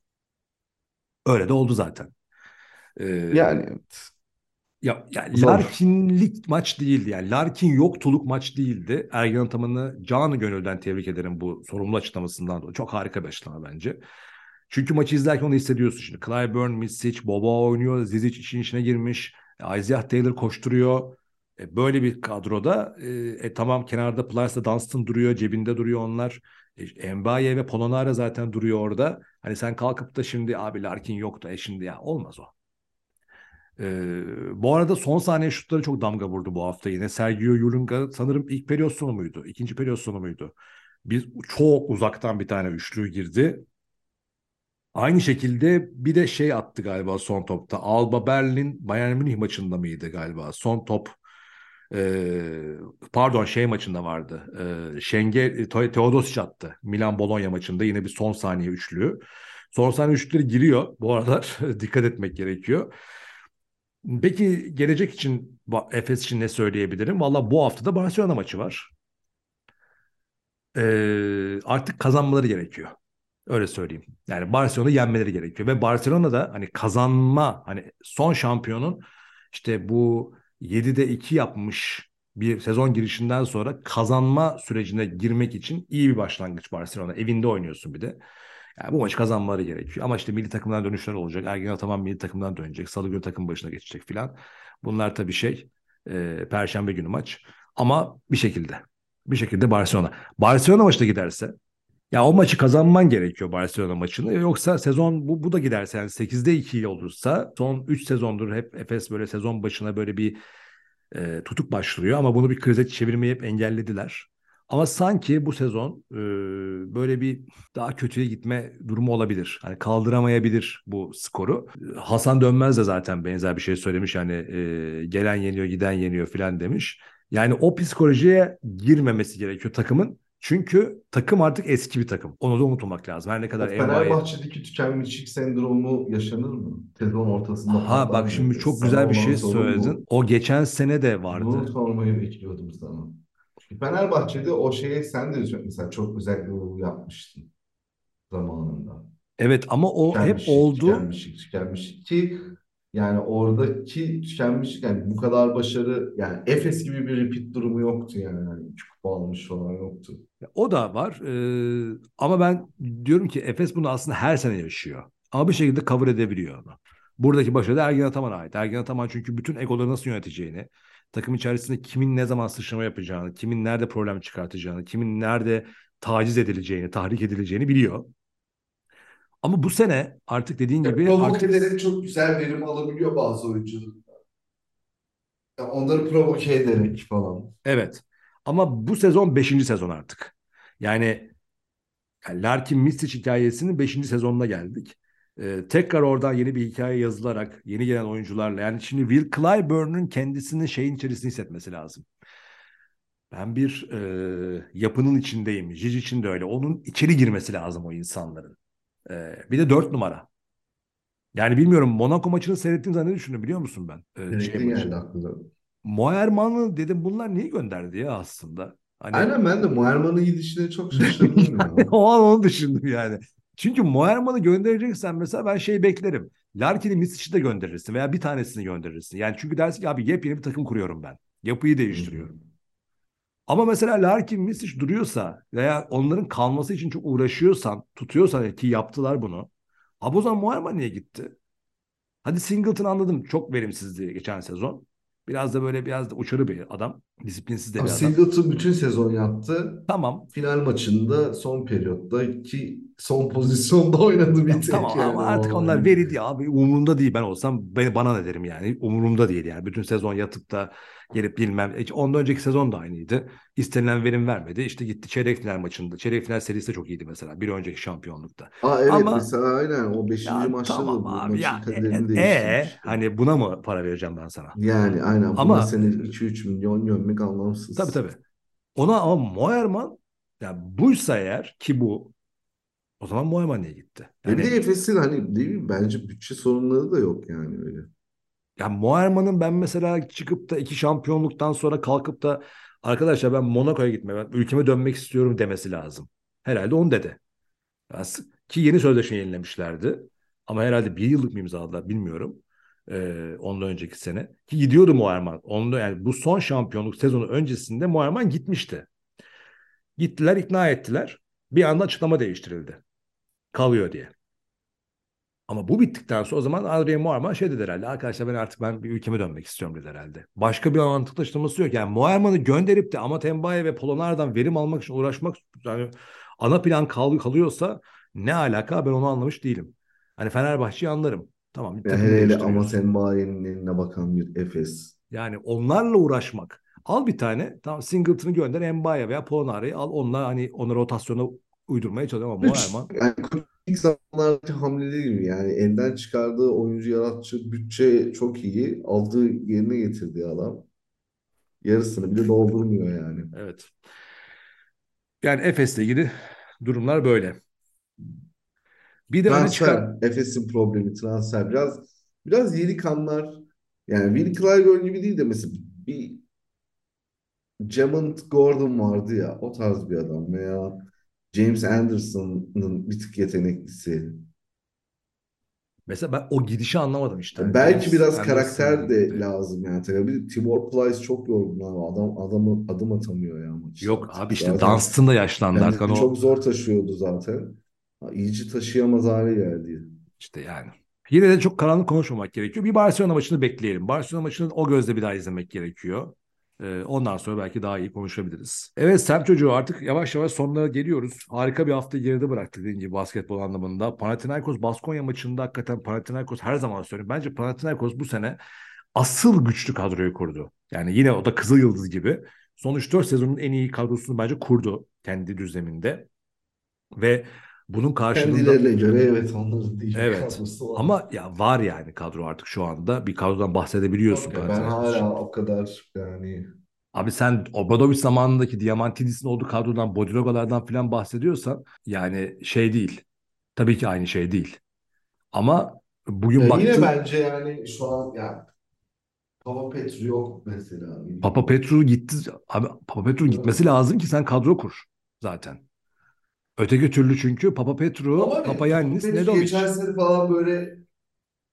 Öyle de oldu zaten. Ee, Yani evet. ya Zor. Larkin'lik maç değildi. Yani Larkin yoktuluk maç değildi. Ergen Ataman'ı canı gönülden tebrik ederim bu sorumlu açıklamasından dolayı. Çok harika bir açıklama bence. Çünkü maçı izlerken onu hissediyorsun şimdi. Clyburn, Micic, Boba oynuyor. Zizic işin içine girmiş. Isaiah Taylor koşturuyor. Böyle bir kadroda tamam, kenarda Plyce'la Dunstan duruyor. Cebinde duruyor onlar. Mbaye ve Polonara zaten duruyor orada. Hani sen kalkıp da şimdi abi Larkin yok da şimdi, ya olmaz o. Bu arada son saniye şutları çok damga vurdu bu hafta yine. Sergio Yulunga sanırım ilk periyot sonu muydu? İkinci periyot sonu muydu? Bir çok uzaktan bir tane üçlü girdi. Aynı şekilde bir de şey attı galiba son topta. Alba Berlin Bayern Münih maçında mıydı galiba? Son top pardon, şey maçında vardı. Teodosic attı. Milan Bologna maçında yine bir son saniye üçlü. Son saniye üçlüleri giriyor. Bu aralar dikkat etmek gerekiyor. Peki gelecek için, Efes için ne söyleyebilirim? Valla bu hafta da Barcelona maçı var. Artık kazanmaları gerekiyor. Öyle söyleyeyim. Yani Barcelona yenmeleri gerekiyor. Ve Barcelona da hani kazanma, hani son şampiyonun işte bu 7'de 2 yapmış bir sezon girişinden sonra kazanma sürecine girmek için iyi bir başlangıç Barcelona. Evinde oynuyorsun bir de. Yani bu maçı kazanmaları gerekiyor. Ama işte milli takımdan dönüşler olacak. Ergin Ataman milli takımdan dönecek. Salı günü takım başına geçecek filan. Bunlar tabii Perşembe günü maç. Ama bir şekilde Barcelona maçta giderse, ya o maçı kazanman gerekiyor Barcelona maçını. Yoksa sezon bu da giderse, yani 8'de 2 olursa, son 3 sezondur hep Efes böyle sezon başına böyle bir tutuk başlıyor ama bunu bir krize çevirmeyi hep engellediler. Ama sanki bu sezon böyle bir daha kötüye gitme durumu olabilir. Hani kaldıramayabilir bu skoru. Hasan Dönmez de zaten benzer bir şey söylemiş. Hani gelen yeniyor, giden yeniyor filan demiş. Yani o psikolojiye girmemesi gerekiyor takımın. Çünkü takım artık eski bir takım. Onu da unutmamak lazım. Her ne O kadar Mbaye... Fenerbahçe'deki tükenmişlik sendromu yaşanır mı? Sezon ortasında Ha bak, patlar şimdi mı? çok Sana güzel bir olan şey sorum söyledin. bu. O geçen sene de Bunu vardı. sormayı bekliyordum sana. Çünkü Fenerbahçe'de o şeye sen de mesela çok özel bir vurgu yapmıştın zamanında. Evet ama o hep Tükenmişlik, oldu. tükenmişlik, tükenmişlik ki Yani oradaki tükenmişlik, yani bu kadar başarı, yani Efes gibi bir repeat durumu yoktu yani. Yani 2 kupa almış falan yoktu. O da var. Ama ben diyorum ki Efes bunu aslında her sene yaşıyor. Ama bir şekilde cover edebiliyor onu. Buradaki başarı da Ergin Ataman'a ait. Ergin Ataman çünkü bütün egoları nasıl yöneteceğini, takım içerisinde kimin ne zaman sıçrama yapacağını, kimin nerede problem çıkartacağını, kimin nerede taciz edileceğini, tahrik edileceğini biliyor. Ama bu sene artık dediğin gibi Provoke artık ederek çok güzel verim alabiliyor bazı oyuncular. Yani onları provoke ederek falan. evet. Ama bu sezon beşinci sezon artık. Yani Larkin Mistic hikayesinin beşinci sezonuna geldik. Tekrar oradan yeni bir hikaye yazılarak yeni gelen oyuncularla, yani şimdi Will Clyburn'un kendisini şeyin içerisinde hissetmesi lazım. Ben bir yapının içindeyim. Jic için de öyle. Onun içeri girmesi lazım o insanların. Bir de 4 numara. Yani bilmiyorum, Monaco maçını seyrettiğim zaman ne düşündüm biliyor musun ben? Şey Gerekli maçı. geldi aklıma. Moerman'ı dedim, bunlar niye gönderdi ya aslında? Hani Aynen, ben de Muerman'ın gidişine çok şaşırdım ya. yani o an onu düşündüm yani. Çünkü Moerman'ı göndereceksen mesela ben şey beklerim. Larkin'i Misic'i de gönderirsin veya bir tanesini gönderirsin. Yani çünkü dersin ki abi yepyeni bir takım kuruyorum ben. Yapıyı Hı hı. değiştiriyorum. Ama mesela Larkin, Misic duruyorsa veya onların kalması için çok uğraşıyorsan, tutuyorsan ki yaptılar bunu. Abi o zaman Moerman niye gitti? Hadi Singleton anladım. Çok verimsizdi geçen sezon. Biraz da uçarı bir adam. Disiplinsiz de Abi bir adam. Singleton bütün sezon yaptı. Tamam. Final maçında son periyotta ki son pozisyonda oynadı bir Ya tamam tek ama yani artık o onlar oyun. verildi ya abi, umurumda değil, ben olsam bana ne derim yani, umurumda değil yani, bütün sezon yatıp da gelip bilmem, hiç ondan önceki sezon da aynıydı, istenilen verim vermedi, işte gitti çeyrek final maçında, çeyrek final serisi de çok iyiydi mesela bir önceki şampiyonlukta, Aa, evet, ama mesela aynen o beşinci ya maçta tamam da bu abi maçın ya kaderini değiştirmişti. hani buna mı para vereceğim ben sana, Yani aynen, buna ama senin 2-3 milyon gömmek tabii anlamsız. tabii ona, ama Moerman, ya buysa eğer ki bu, o zaman Moerman niye gitti Ve bir de yani? Efes'in hani değil mi? Bence bütçe sorunları da yok yani öyle. Ya Moerman'ın ben mesela çıkıp da 2 şampiyonluktan sonra kalkıp da arkadaşlar ben Monaco'ya gitmeye, ben ülkeme dönmek istiyorum demesi lazım. Herhalde onu dedi. Ki yeni sözleşme yenilemişlerdi. Ama herhalde 1 yıllık mı imzaladılar bilmiyorum. Ondan önceki sene. Ki gidiyordu Moerman. Yani bu son şampiyonluk sezonu öncesinde Moerman gitmişti. Gittiler, ikna ettiler. Bir anda açıklama değiştirildi. Kalıyor diye. Ama bu bittikten sonra o zaman Adrien Moerman şey dedi herhalde. Arkadaşlar ben bir ülkeme dönmek istiyorum dedi herhalde. Başka bir mantıklı açıklaması yok. Yani Moerman'ı gönderip de Amat Mbaye ve Polonar'dan verim almak için uğraşmak, yani ana plan kalıyorsa ne alaka, ben onu anlamış değilim. Hani Fenerbahçe'yi anlarım. Tamam, bir Ve takım hele hele Amat değiştiriyorsun. Mbaye'nin eline bakan bir Efes. Yani onlarla uğraşmak. Al bir tane tamam, Singleton'ı gönder, Mbaye veya Polonar'ı al, onunla hani onu rotasyona uydurmaya çalışıyor ama Üç, Moerman yani ilk zamanlardaki hamleleri gibi, yani elden çıkardığı oyuncu yaratıcı bütçe çok iyi. Aldığı yerine getirdiği adam. Yarısını bile doldurmuyor yani. evet. Yani Efes'le ilgili durumlar böyle. Bir de öne çıkan Transfer. Efes'in problemi transfer. Biraz yeni kanlar, yani Will Clyburn gibi değil de mesela bir Jamont Gordon vardı ya, o tarz bir adam, veya James Anderson'ın bir tık yeteneklisi. mesela ben o gidişi anlamadım işte. Hani Belki James biraz Anderson niye karakter de gitti? lazım yani. Tabii bir Timor Plyce çok yorgun abi. Adamı adım atamıyor ya maçta Yok artık. abi, işte Zaten Dunstan da yaşlandı artık. Hani kendini o çok zor taşıyordu zaten. Ha, iyice taşıyamaz hale geldi. işte yani. Yine de çok karanlık konuşmamak gerekiyor. Bir Barcelona maçını bekleyelim. Barcelona maçını o gözle bir daha izlemek gerekiyor. Ondan sonra belki daha iyi konuşabiliriz. Evet Sem çocuğu, artık yavaş yavaş sonlara geliyoruz. Harika bir hafta geride bıraktık dediğim gibi basketbol anlamında. Panathinaikos Baskonya maçında hakikaten Panathinaikos, her zaman söylüyorum. Bence Panathinaikos bu sene asıl güçlü kadroyu kurdu. Yani yine o da Kızıl Yıldız gibi. Son 3-4 sezonun en iyi kadrosunu bence kurdu kendi düzleminde. Ve bunun karşılığında Kendilerine göre evet, onların değil bir evet, kadrosu var. ama ya var yani kadro artık şu anda. Bir kadrodan bahsedebiliyorsun Yok ya, ben Panathinaikos için. hala o kadar yani. Abi sen Obradovic zamanındaki Diamantidis'in olduğu kadrodan, Bodirogalardan falan bahsediyorsan yani şey değil. Tabii ki aynı şey değil. Ama Ya bugün yine baktın, bence yani şu an yani Papa Petru yok mesela. Papa Petru gitti. Abi Papa Petru gitmesi lazım ki sen kadro kur zaten. Öteki türlü çünkü Papa Petru, Ama Papa bir Papa Yannis, Petru Nedovic. geçen sene falan böyle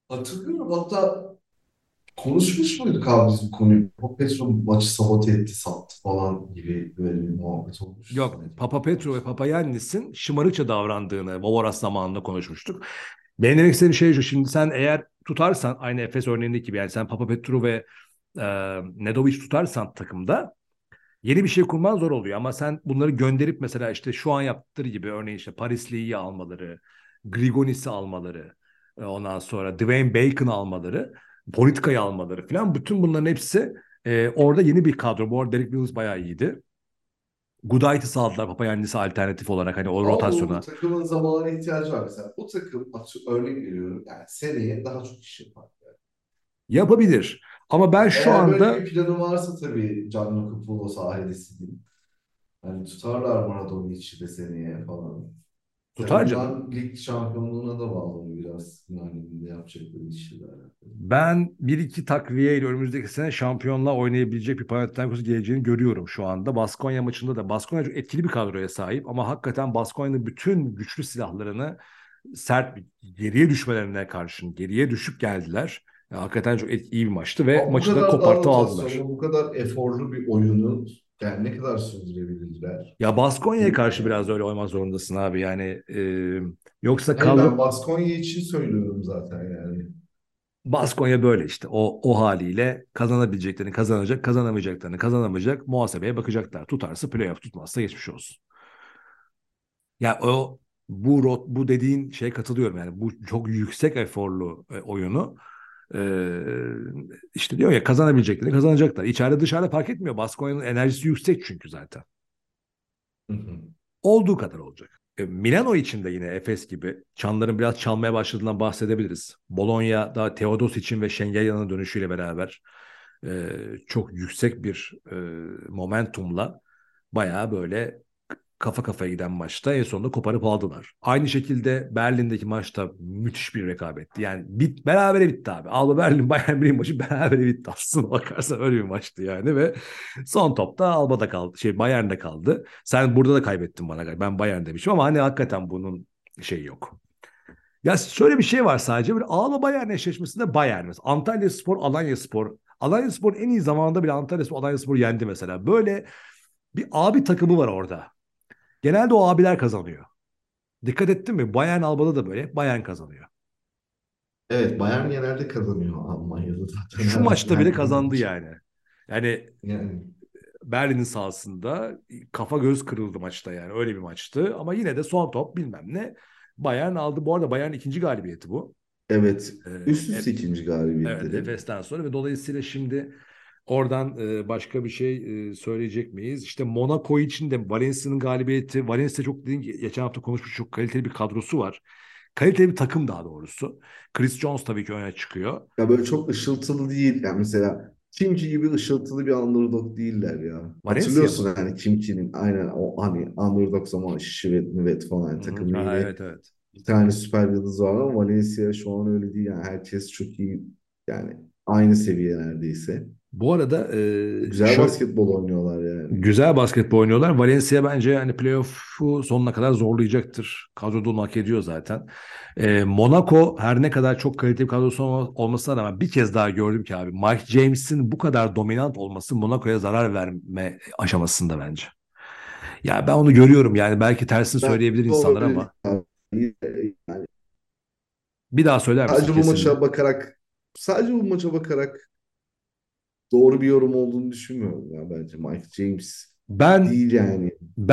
Hatırlıyorum, hatta konuşmuş muyduk abi biz bu konuyu? Petro maçı sabote etti, sattı falan gibi böyle bir muhabbet olmuştu Yok, sanki. Papa Petru ve Papa Yannis'in şımarıkça davrandığını Vovoras zamanında konuşmuştuk. Benim demek istediğim şey şu. Şimdi sen eğer tutarsan aynı Efes örneğindeki gibi, yani sen Papa Petru ve Nedovic tutarsan takımda yeni bir şey kurman zor oluyor. Ama sen bunları gönderip mesela işte şu an yaptıkları gibi, örneğin işte Paris Lee'yi almaları, Grigonis'i almaları, ondan sonra Dwayne Bacon'ı almaları, Politika'yı almaları falan, bütün bunların hepsi orada yeni bir kadro. Bu arada Derek Williams bayağı iyiydi. Gudaitis'i aldılar Papayannis'e alternatif olarak, hani o Ama bu rotasyona. takımın zamana ihtiyacı var mesela. Bu takım, örnek veriyorum, yani seneye daha çok iş yapar. Yapabilir. Ama ben şu Eğer böyle anda bir planı varsa tabii Gianluca ailesinin. Hani tutarlar Maradona'yı de seneye falan. Tabii tutar canım. Yunan lig şampiyonluğuna da bağlı biraz. Yunan'ın da yapacakları işle alakalı. Ben bir iki takviye ile önümüzdeki sene şampiyonluğa oynayabilecek bir Panathinaikos geleceğini görüyorum şu anda. Baskonya maçında da. Baskonya çok etkili bir kadroya sahip ama hakikaten Baskonya'nın bütün güçlü silahlarını sert geriye düşmelerine karşın geriye düşüp geldiler. Yani hakikaten çok iyi bir maçtı ve Ama bu maçı da kadar dar kopartıp aldılar. rotasyonlu, bu kadar eforlu bir oyunu yani ne kadar sürdürebilirler Ya Baskonya'ya bilmiyorum karşı biraz yani. öyle oynamak zorundasın abi. Yani yoksa Hayır, kal ben Baskonya için söylüyorum zaten yani. Baskonya böyle işte. O haliyle kazanabileceklerini kazanacak, kazanamayacaklarını kazanamayacak, muhasebeye bakacaklar. Tutarsa playoff, tutmazsa geçmiş olsun. Ya bu dediğin şeye katılıyorum, yani bu çok yüksek eforlu oyunu e, işte diyor ya, kazanabileceklerini kazanacaklar. İçeride dışarıda fark etmiyor. Baskonya'nın enerjisi yüksek çünkü zaten. Hı hı. Olduğu kadar olacak. Milano için de yine Efes gibi çanların biraz çalmaya başladığından bahsedebiliriz. Bologna'da Teodosic'in ve Şengelyan'ın dönüşüyle beraber çok yüksek bir momentumla bayağı böyle kafa kafaya giden maçta en sonunda koparıp aldılar. Aynı şekilde Berlin'deki maçta müthiş bir rekabetti. Yani berabere bitti abi. Alba Berlin Bayern Münih maçı berabere bitti aslında bakarsan, öyle bir maçtı yani. Ve son topta Alba'da kaldı. Bayern'de kaldı. Sen burada da kaybettin bana galiba. Ben Bayern demişim ama hani hakikaten bunun şeyi yok. Ya şöyle bir şey var sadece. Bir Alba Bayern eşleşmesinde Bayern mesela. Antalyaspor, Alanyaspor. Alanyaspor en iyi zamanında bile Antalyaspor, Alanyaspor yendi mesela. Böyle bir abi takımı var orada. Genelde o abiler kazanıyor. Dikkat ettin mi? Bayern Alba'da da böyle. Bayern kazanıyor. Evet, Bayern genelde kazanıyor Almanya'da zaten Şu her maçta bile her kazandı maç. yani. Yani Yani Berlin'in sahasında kafa göz kırıldı maçta yani. Öyle bir maçtı. Ama yine de son top bilmem ne. Bayern aldı. Bu arada Bayern ikinci galibiyeti bu. evet, Ee, üst e- üste ikinci evet, galibiyetleri. Efes'ten sonra ve dolayısıyla şimdi oradan başka bir şey söyleyecek miyiz? İşte Monaco için de Valencia'nın galibiyeti. Valencia çok, dediğim gibi geçen hafta konuşmuş, çok kaliteli bir kadrosu var. Kaliteli bir takım daha doğrusu. Chris Jones tabii ki öne çıkıyor. Ya böyle çok ışıltılı değil. Yani mesela Kimki gibi ışıltılı bir underdog değiller ya. Valencia Hatırlıyorsun mı? yani Kimki'nin aynen o hani underdog zaman Şivet, Müvet falan Hı yani hı. takımda Ha, yine evet evet. bir tane süper yıldız var ama Valencia şu an öyle değil yani. Herkes çok iyi yani aynı seviye neredeyse. Bu arada Güzel basketbol oynuyorlar yani. güzel basketbol oynuyorlar. Valencia bence yani playoff'u sonuna kadar zorlayacaktır. Kadroda onu hak ediyor zaten. Monaco her ne kadar çok kaliteli bir kadrosu olmasına rağmen bir kez daha gördüm ki abi, Mike James'in bu kadar dominant olması Monaco'ya zarar verme aşamasında bence. Ya ben onu görüyorum, yani belki tersini Ben söyleyebilir de insanlar olabilir. ama Yani bir daha söyler misin sadece bu kesimini? maça bakarak sadece bu maça bakarak doğru bir yorum olduğunu düşünmüyorum ya bence Mike James Ben değil yani.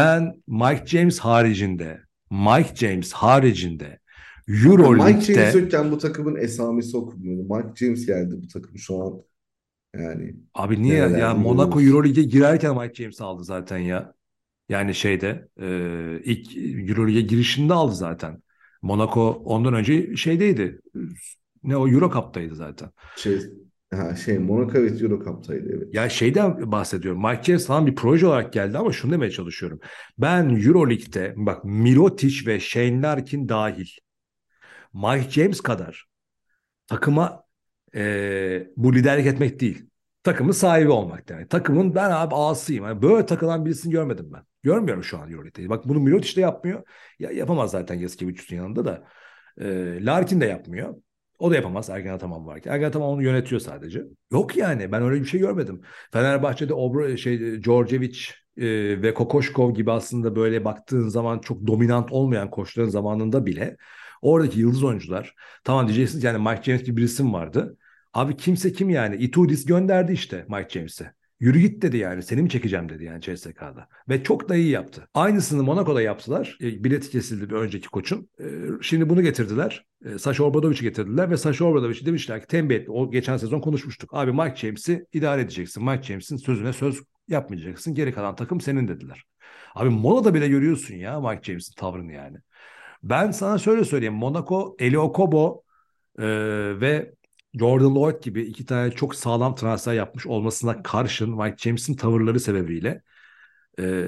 Mike James haricinde Yani Euro Mike James Lig'de, yokken bu takımın esamesi okunmuyordu. Mike James geldi, bu takım şu an yani abi niye ya nerelerde Monaco görüyoruz. Euroleague'e girerken Mike James aldı zaten ya. Yani ilk Euroleague'e girişinde aldı zaten. Monaco ondan önce şeydeydi. Ne o, Euro Cup'taydı zaten. Şey, Monaco evet Euro Cup'taydı Ya evet. şeyden bahsediyorum. Mike James falan bir proje olarak geldi ama şunu demeye çalışıyorum. Ben Euroleague'de bak, Mirotic ve Shane Larkin dahil Mike James kadar takıma bu liderlik etmek değil. Takımın sahibi olmak demek. Takımın ben abi ağasıyım. Yani böyle takılan birisini görmedim ben. Görmüyorum şu an Euroleague'de. Bak bunu Mirotic de yapmıyor. Ya, yapamaz zaten Yasikevicius'un yanında da. Larkin de yapmıyor. O da yapamaz Ergen Ataman varken. Ergen Ataman onu yönetiyor sadece. Yok yani ben öyle bir şey görmedim. Fenerbahçe'de Djordjevic ve Kokoşkov gibi aslında böyle baktığın zaman çok dominant olmayan koçların zamanında bile oradaki yıldız oyuncular, tamam diyeceksiniz yani Mike James gibi bir isim vardı. Abi kimse kim yani? Itudis gönderdi işte Mike James'e. Yürü git dedi yani. Seni mi çekeceğim dedi yani CSK'da. Ve çok da iyi yaptı. Aynısını Monaco'da yaptılar. Bileti kesildi bir önceki koçun. Şimdi bunu getirdiler. Saša Obradovic'i getirdiler ve Saša Obradovic'i demişler ki tembih et. O geçen sezon konuşmuştuk. Abi Mike James'i idare edeceksin. Mike James'in sözüne söz yapmayacaksın. Geri kalan takım senin dediler. Abi Mola'da bile görüyorsun ya Mike James'in tavrını yani. Ben sana şöyle söyleyeyim. Monaco, Eli Okobo ve Jordan Lloyd gibi iki tane çok sağlam transfer yapmış olmasına karşın Mike James'in tavırları sebebiyle e,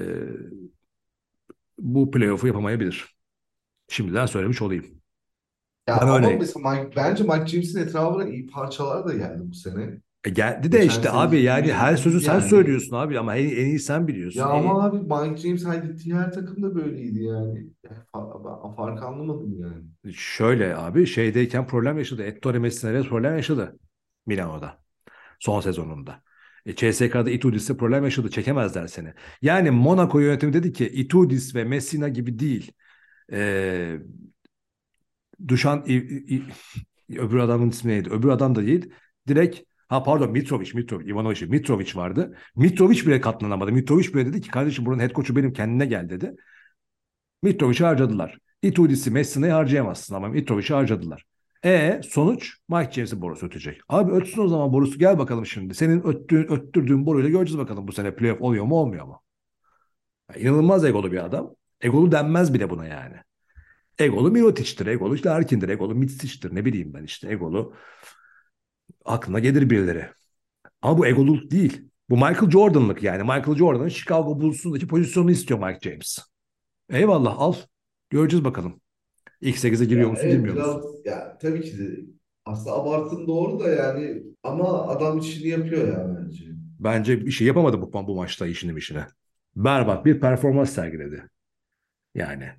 bu playoff'u yapamayabilir. Şimdiden söylemiş olayım. Ya Ben ama öyle. mesela bence Mike James'in etrafına iyi parçalar da geldi bu sene. Geldi de Geçen işte abi seneki yani gibi her sözü değil sen yani. söylüyorsun abi ama en iyi sen Ya biliyorsun. ama abi Mike James her gittiği her takımda böyleydi yani. Ben fark anlamadım yani. Şöyle abi şeydeyken problem yaşadı. Ettore Messina'yla problem yaşadı Milano'da son sezonunda. CSK'da Itudis'le problem yaşadı. Çekemezler seni. Yani Monaco yönetimi dedi ki Itudis ve Messina gibi değil. Ee, Dušan öbür adamın ismi neydi? Öbür adam da değil. Direkt pardon Mitrovic vardı. Mitrovic bile katlanamadı. Mitrovic bile dedi ki kardeşim buranın head coach'u benim kendine gel dedi. Mitrovic'i harcadılar. Itudis'i Messina'yı harcayamazsın ama Mitrovic'i harcadılar. Sonuç Mike James'in borusu ötecek. Abi ötsün o zaman borusu gel bakalım şimdi. Senin öttürdüğün boruyla göreceğiz bakalım bu sene playoff oluyor mu olmuyor mu? Yani inanılmaz egolu bir adam. Egolu denmez bile buna yani. Egolu Mirotic'tir, egolu işte Larkin'dir, egolu Mitsic'tir ne bileyim ben işte egolu aklına gelir birileri. Ama bu egoluluk değil. Bu Michael Jordan'lık yani. Michael Jordan'ın Chicago Bulls'undaki pozisyonunu istiyor Mike James. Eyvallah al. Göreceğiz bakalım. İlk 8'e giriyor Ya musun evet girmiyor biraz musun? ya tabii ki de aslında abartın doğru da yani ama adam işini yapıyor ya bence. Bence bir şey yapamadı bu maçta işine. Berbat bir performans sergiledi. Yani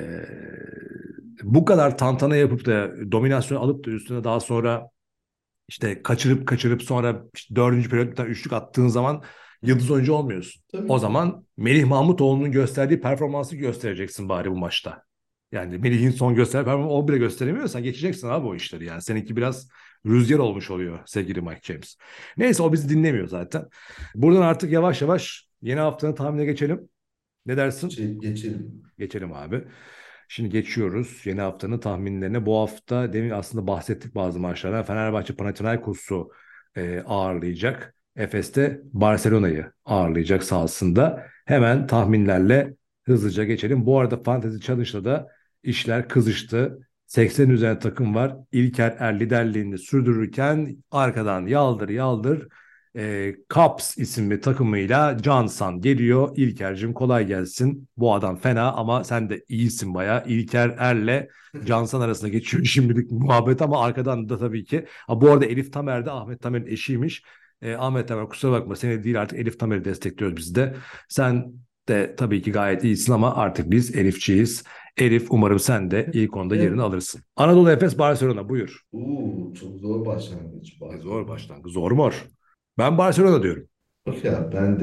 bu kadar tantana yapıp da dominasyon alıp da üstüne daha sonra işte kaçırıp sonra işte dördüncü periyotta üçlük attığın zaman yıldız oyuncu olmuyorsun. Tabii O ki de. zaman Melih Mahmutoğlu'nun gösterdiği performansı göstereceksin bari bu maçta. Yani Melih'in son gösterdiği performansı o bile gösteremiyorsan geçeceksin abi o işleri yani. Seninki biraz rüzgar olmuş oluyor sevgili Mike James. Neyse o bizi dinlemiyor zaten. Buradan artık yavaş yavaş yeni haftanın tahminine geçelim. Ne dersin? Geçelim. Geçelim abi. Şimdi geçiyoruz yeni haftanın tahminlerine. Bu hafta demin aslında bahsettik bazı maçlardan. Fenerbahçe Panathinaikos'u ağırlayacak. Efes'te Barcelona'yı ağırlayacak sahasında. Hemen tahminlerle hızlıca geçelim. Bu arada Fantasy Challenge'da da işler kızıştı. 80 üzerine takım var. İlker Er liderliğini sürdürürken arkadan yaldır yaldır Caps isimli takımıyla Cansan geliyor. İlker'cim kolay gelsin. Bu adam fena ama sen de iyisin baya. İlker Er'le Cansan arasında geçiyor şimdilik muhabbet ama arkadan da tabii ki. Bu arada Elif Tamer de Ahmet Tamer'in eşiymiş. Ahmet Tamer kusura bakma seni değil artık Elif Tamer'i destekliyoruz biz de. Sen de tabii ki gayet iyisin ama artık biz Elifçiyiz. Elif umarım sen de ilk onda yerini Evet. alırsın. Anadolu Efes Barcelona buyur. Çok zor başlangıç Zor Barcelona. başlangıç. Zor mor. Ben Barcelona diyorum. Yok ya ben de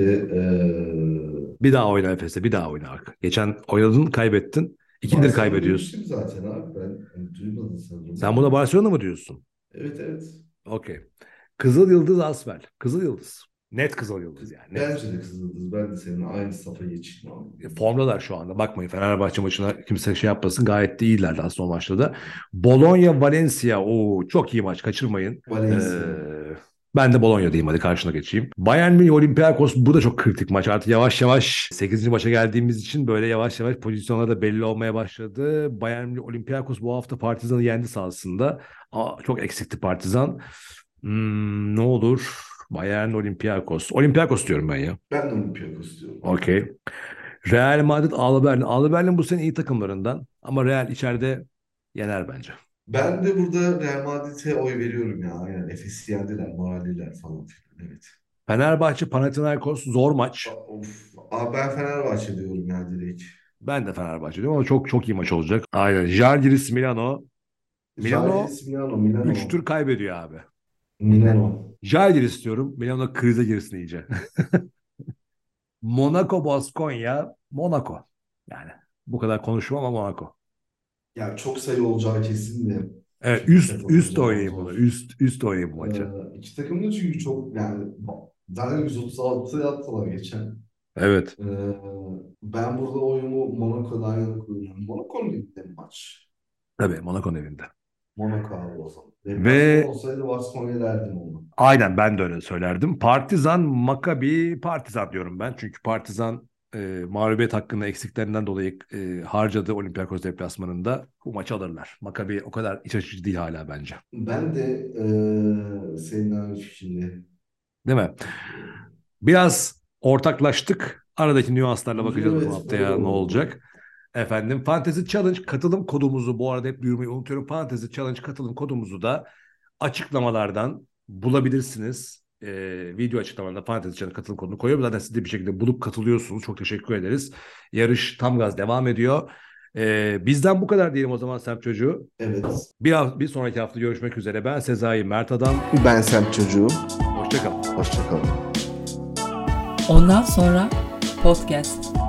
Bir daha oyna Efes'te bir daha oyna. Geçen oynadın kaybettin. İkidir Barcelona kaybediyorsun. demiştim zaten abi ben hani duymadın sanırım Sen ama. buna Barcelona mı diyorsun? Evet evet. Okey. Kızıl Yıldız Asvel. Kızıl Yıldız. Net Kızıl Yıldız yani net. Bence de Kızıldız. Ben de senin aynı safhaya çıkmam. Formdalar şu anda. Bakmayın Fenerbahçe maçına kimse şey yapmasın. Gayet de iyilerdi aslında o maçta da. Bologna Valencia. Oo, çok iyi maç. Kaçırmayın. Valencia. Ben de Bologna diyeyim hadi karşına geçeyim. Bayern Münih Olympiakos bu da çok kritik maç. Artık yavaş yavaş 8. maça geldiğimiz için böyle yavaş yavaş pozisyonlar da belli olmaya başladı. Bayern Münih Olympiakos bu hafta Partizan'ı yendi sahasında. Çok eksikti Partizan. Ne olur? Bayern Olympiakos. Olympiakos diyorum ben ya. Ben de Olympiakos diyorum. Okey. Real Madrid Alba Berlin. Alba Berlin bu sene iyi takımlarından ama Real içeride yener bence. Ben de burada Real Madrid'e oy veriyorum ya. Aynen. Efes'i yendiler, moralliler falan filan. Evet. Fenerbahçe Panathinaikos zor maç. Of. Abi ben Fenerbahçe diyorum ya direkt. Ben de Fenerbahçe diyorum ama çok çok iyi maç olacak. Aynen. Žalgiris Milano. Milano Žalgiris Milano. 3 tur kaybediyor abi. Milano. Žalgiris istiyorum. Milano krize girsin iyice. Monaco, Baskonya, Monaco. Yani bu kadar konuşmam ama Monaco. Ya çok sayı olacağı kesin de. Evet, Çünkü üst olacağı oynayayım bunu. zor. Üst oynayayım bu maçı. İki takım da çünkü çok yani zaten 136 attılar geçen. Evet. Ben burada oyumu Monaco'dan yana koyuyorum. Monaco'nun evinde maç. Tabii Monaco'nun evinde. Monaco abi o zaman. Deplasman Ve olsaydı Baskonya derdim onu. aynen ben de öyle söylerdim. Partizan, Maccabi, Partizan diyorum ben. Çünkü Partizan mağlubiyet hakkında eksiklerinden dolayı harcadığı Olympiakos deplasmanında bu maçı alırlar. Maccabi o kadar iç açıcı değil hala bence. Ben de senin aynı fikrinde. Değil mi? Biraz ortaklaştık. Aradaki nüanslarla bakacağız bu Evet öyle haftaya ne oldu. olacak. Efendim Fantasy Challenge katılım kodumuzu bu arada hep duyurmayı unutuyorum. Fantasy Challenge katılım kodumuzu da açıklamalardan bulabilirsiniz. Video açıklamalarında Fantasy Challenge katılım kodunu koyuyorum. Zaten siz de bir şekilde bulup katılıyorsunuz. Çok teşekkür ederiz. Yarış tam gaz devam ediyor. Bizden bu kadar diyelim o zaman Semt Çocuğu. Evet. Bir sonraki hafta görüşmek üzere. Ben Sezai Mert Adam. Ben Semt Çocuğu. Hoşça kalın. Hoşça kalın. Ondan sonra podcast.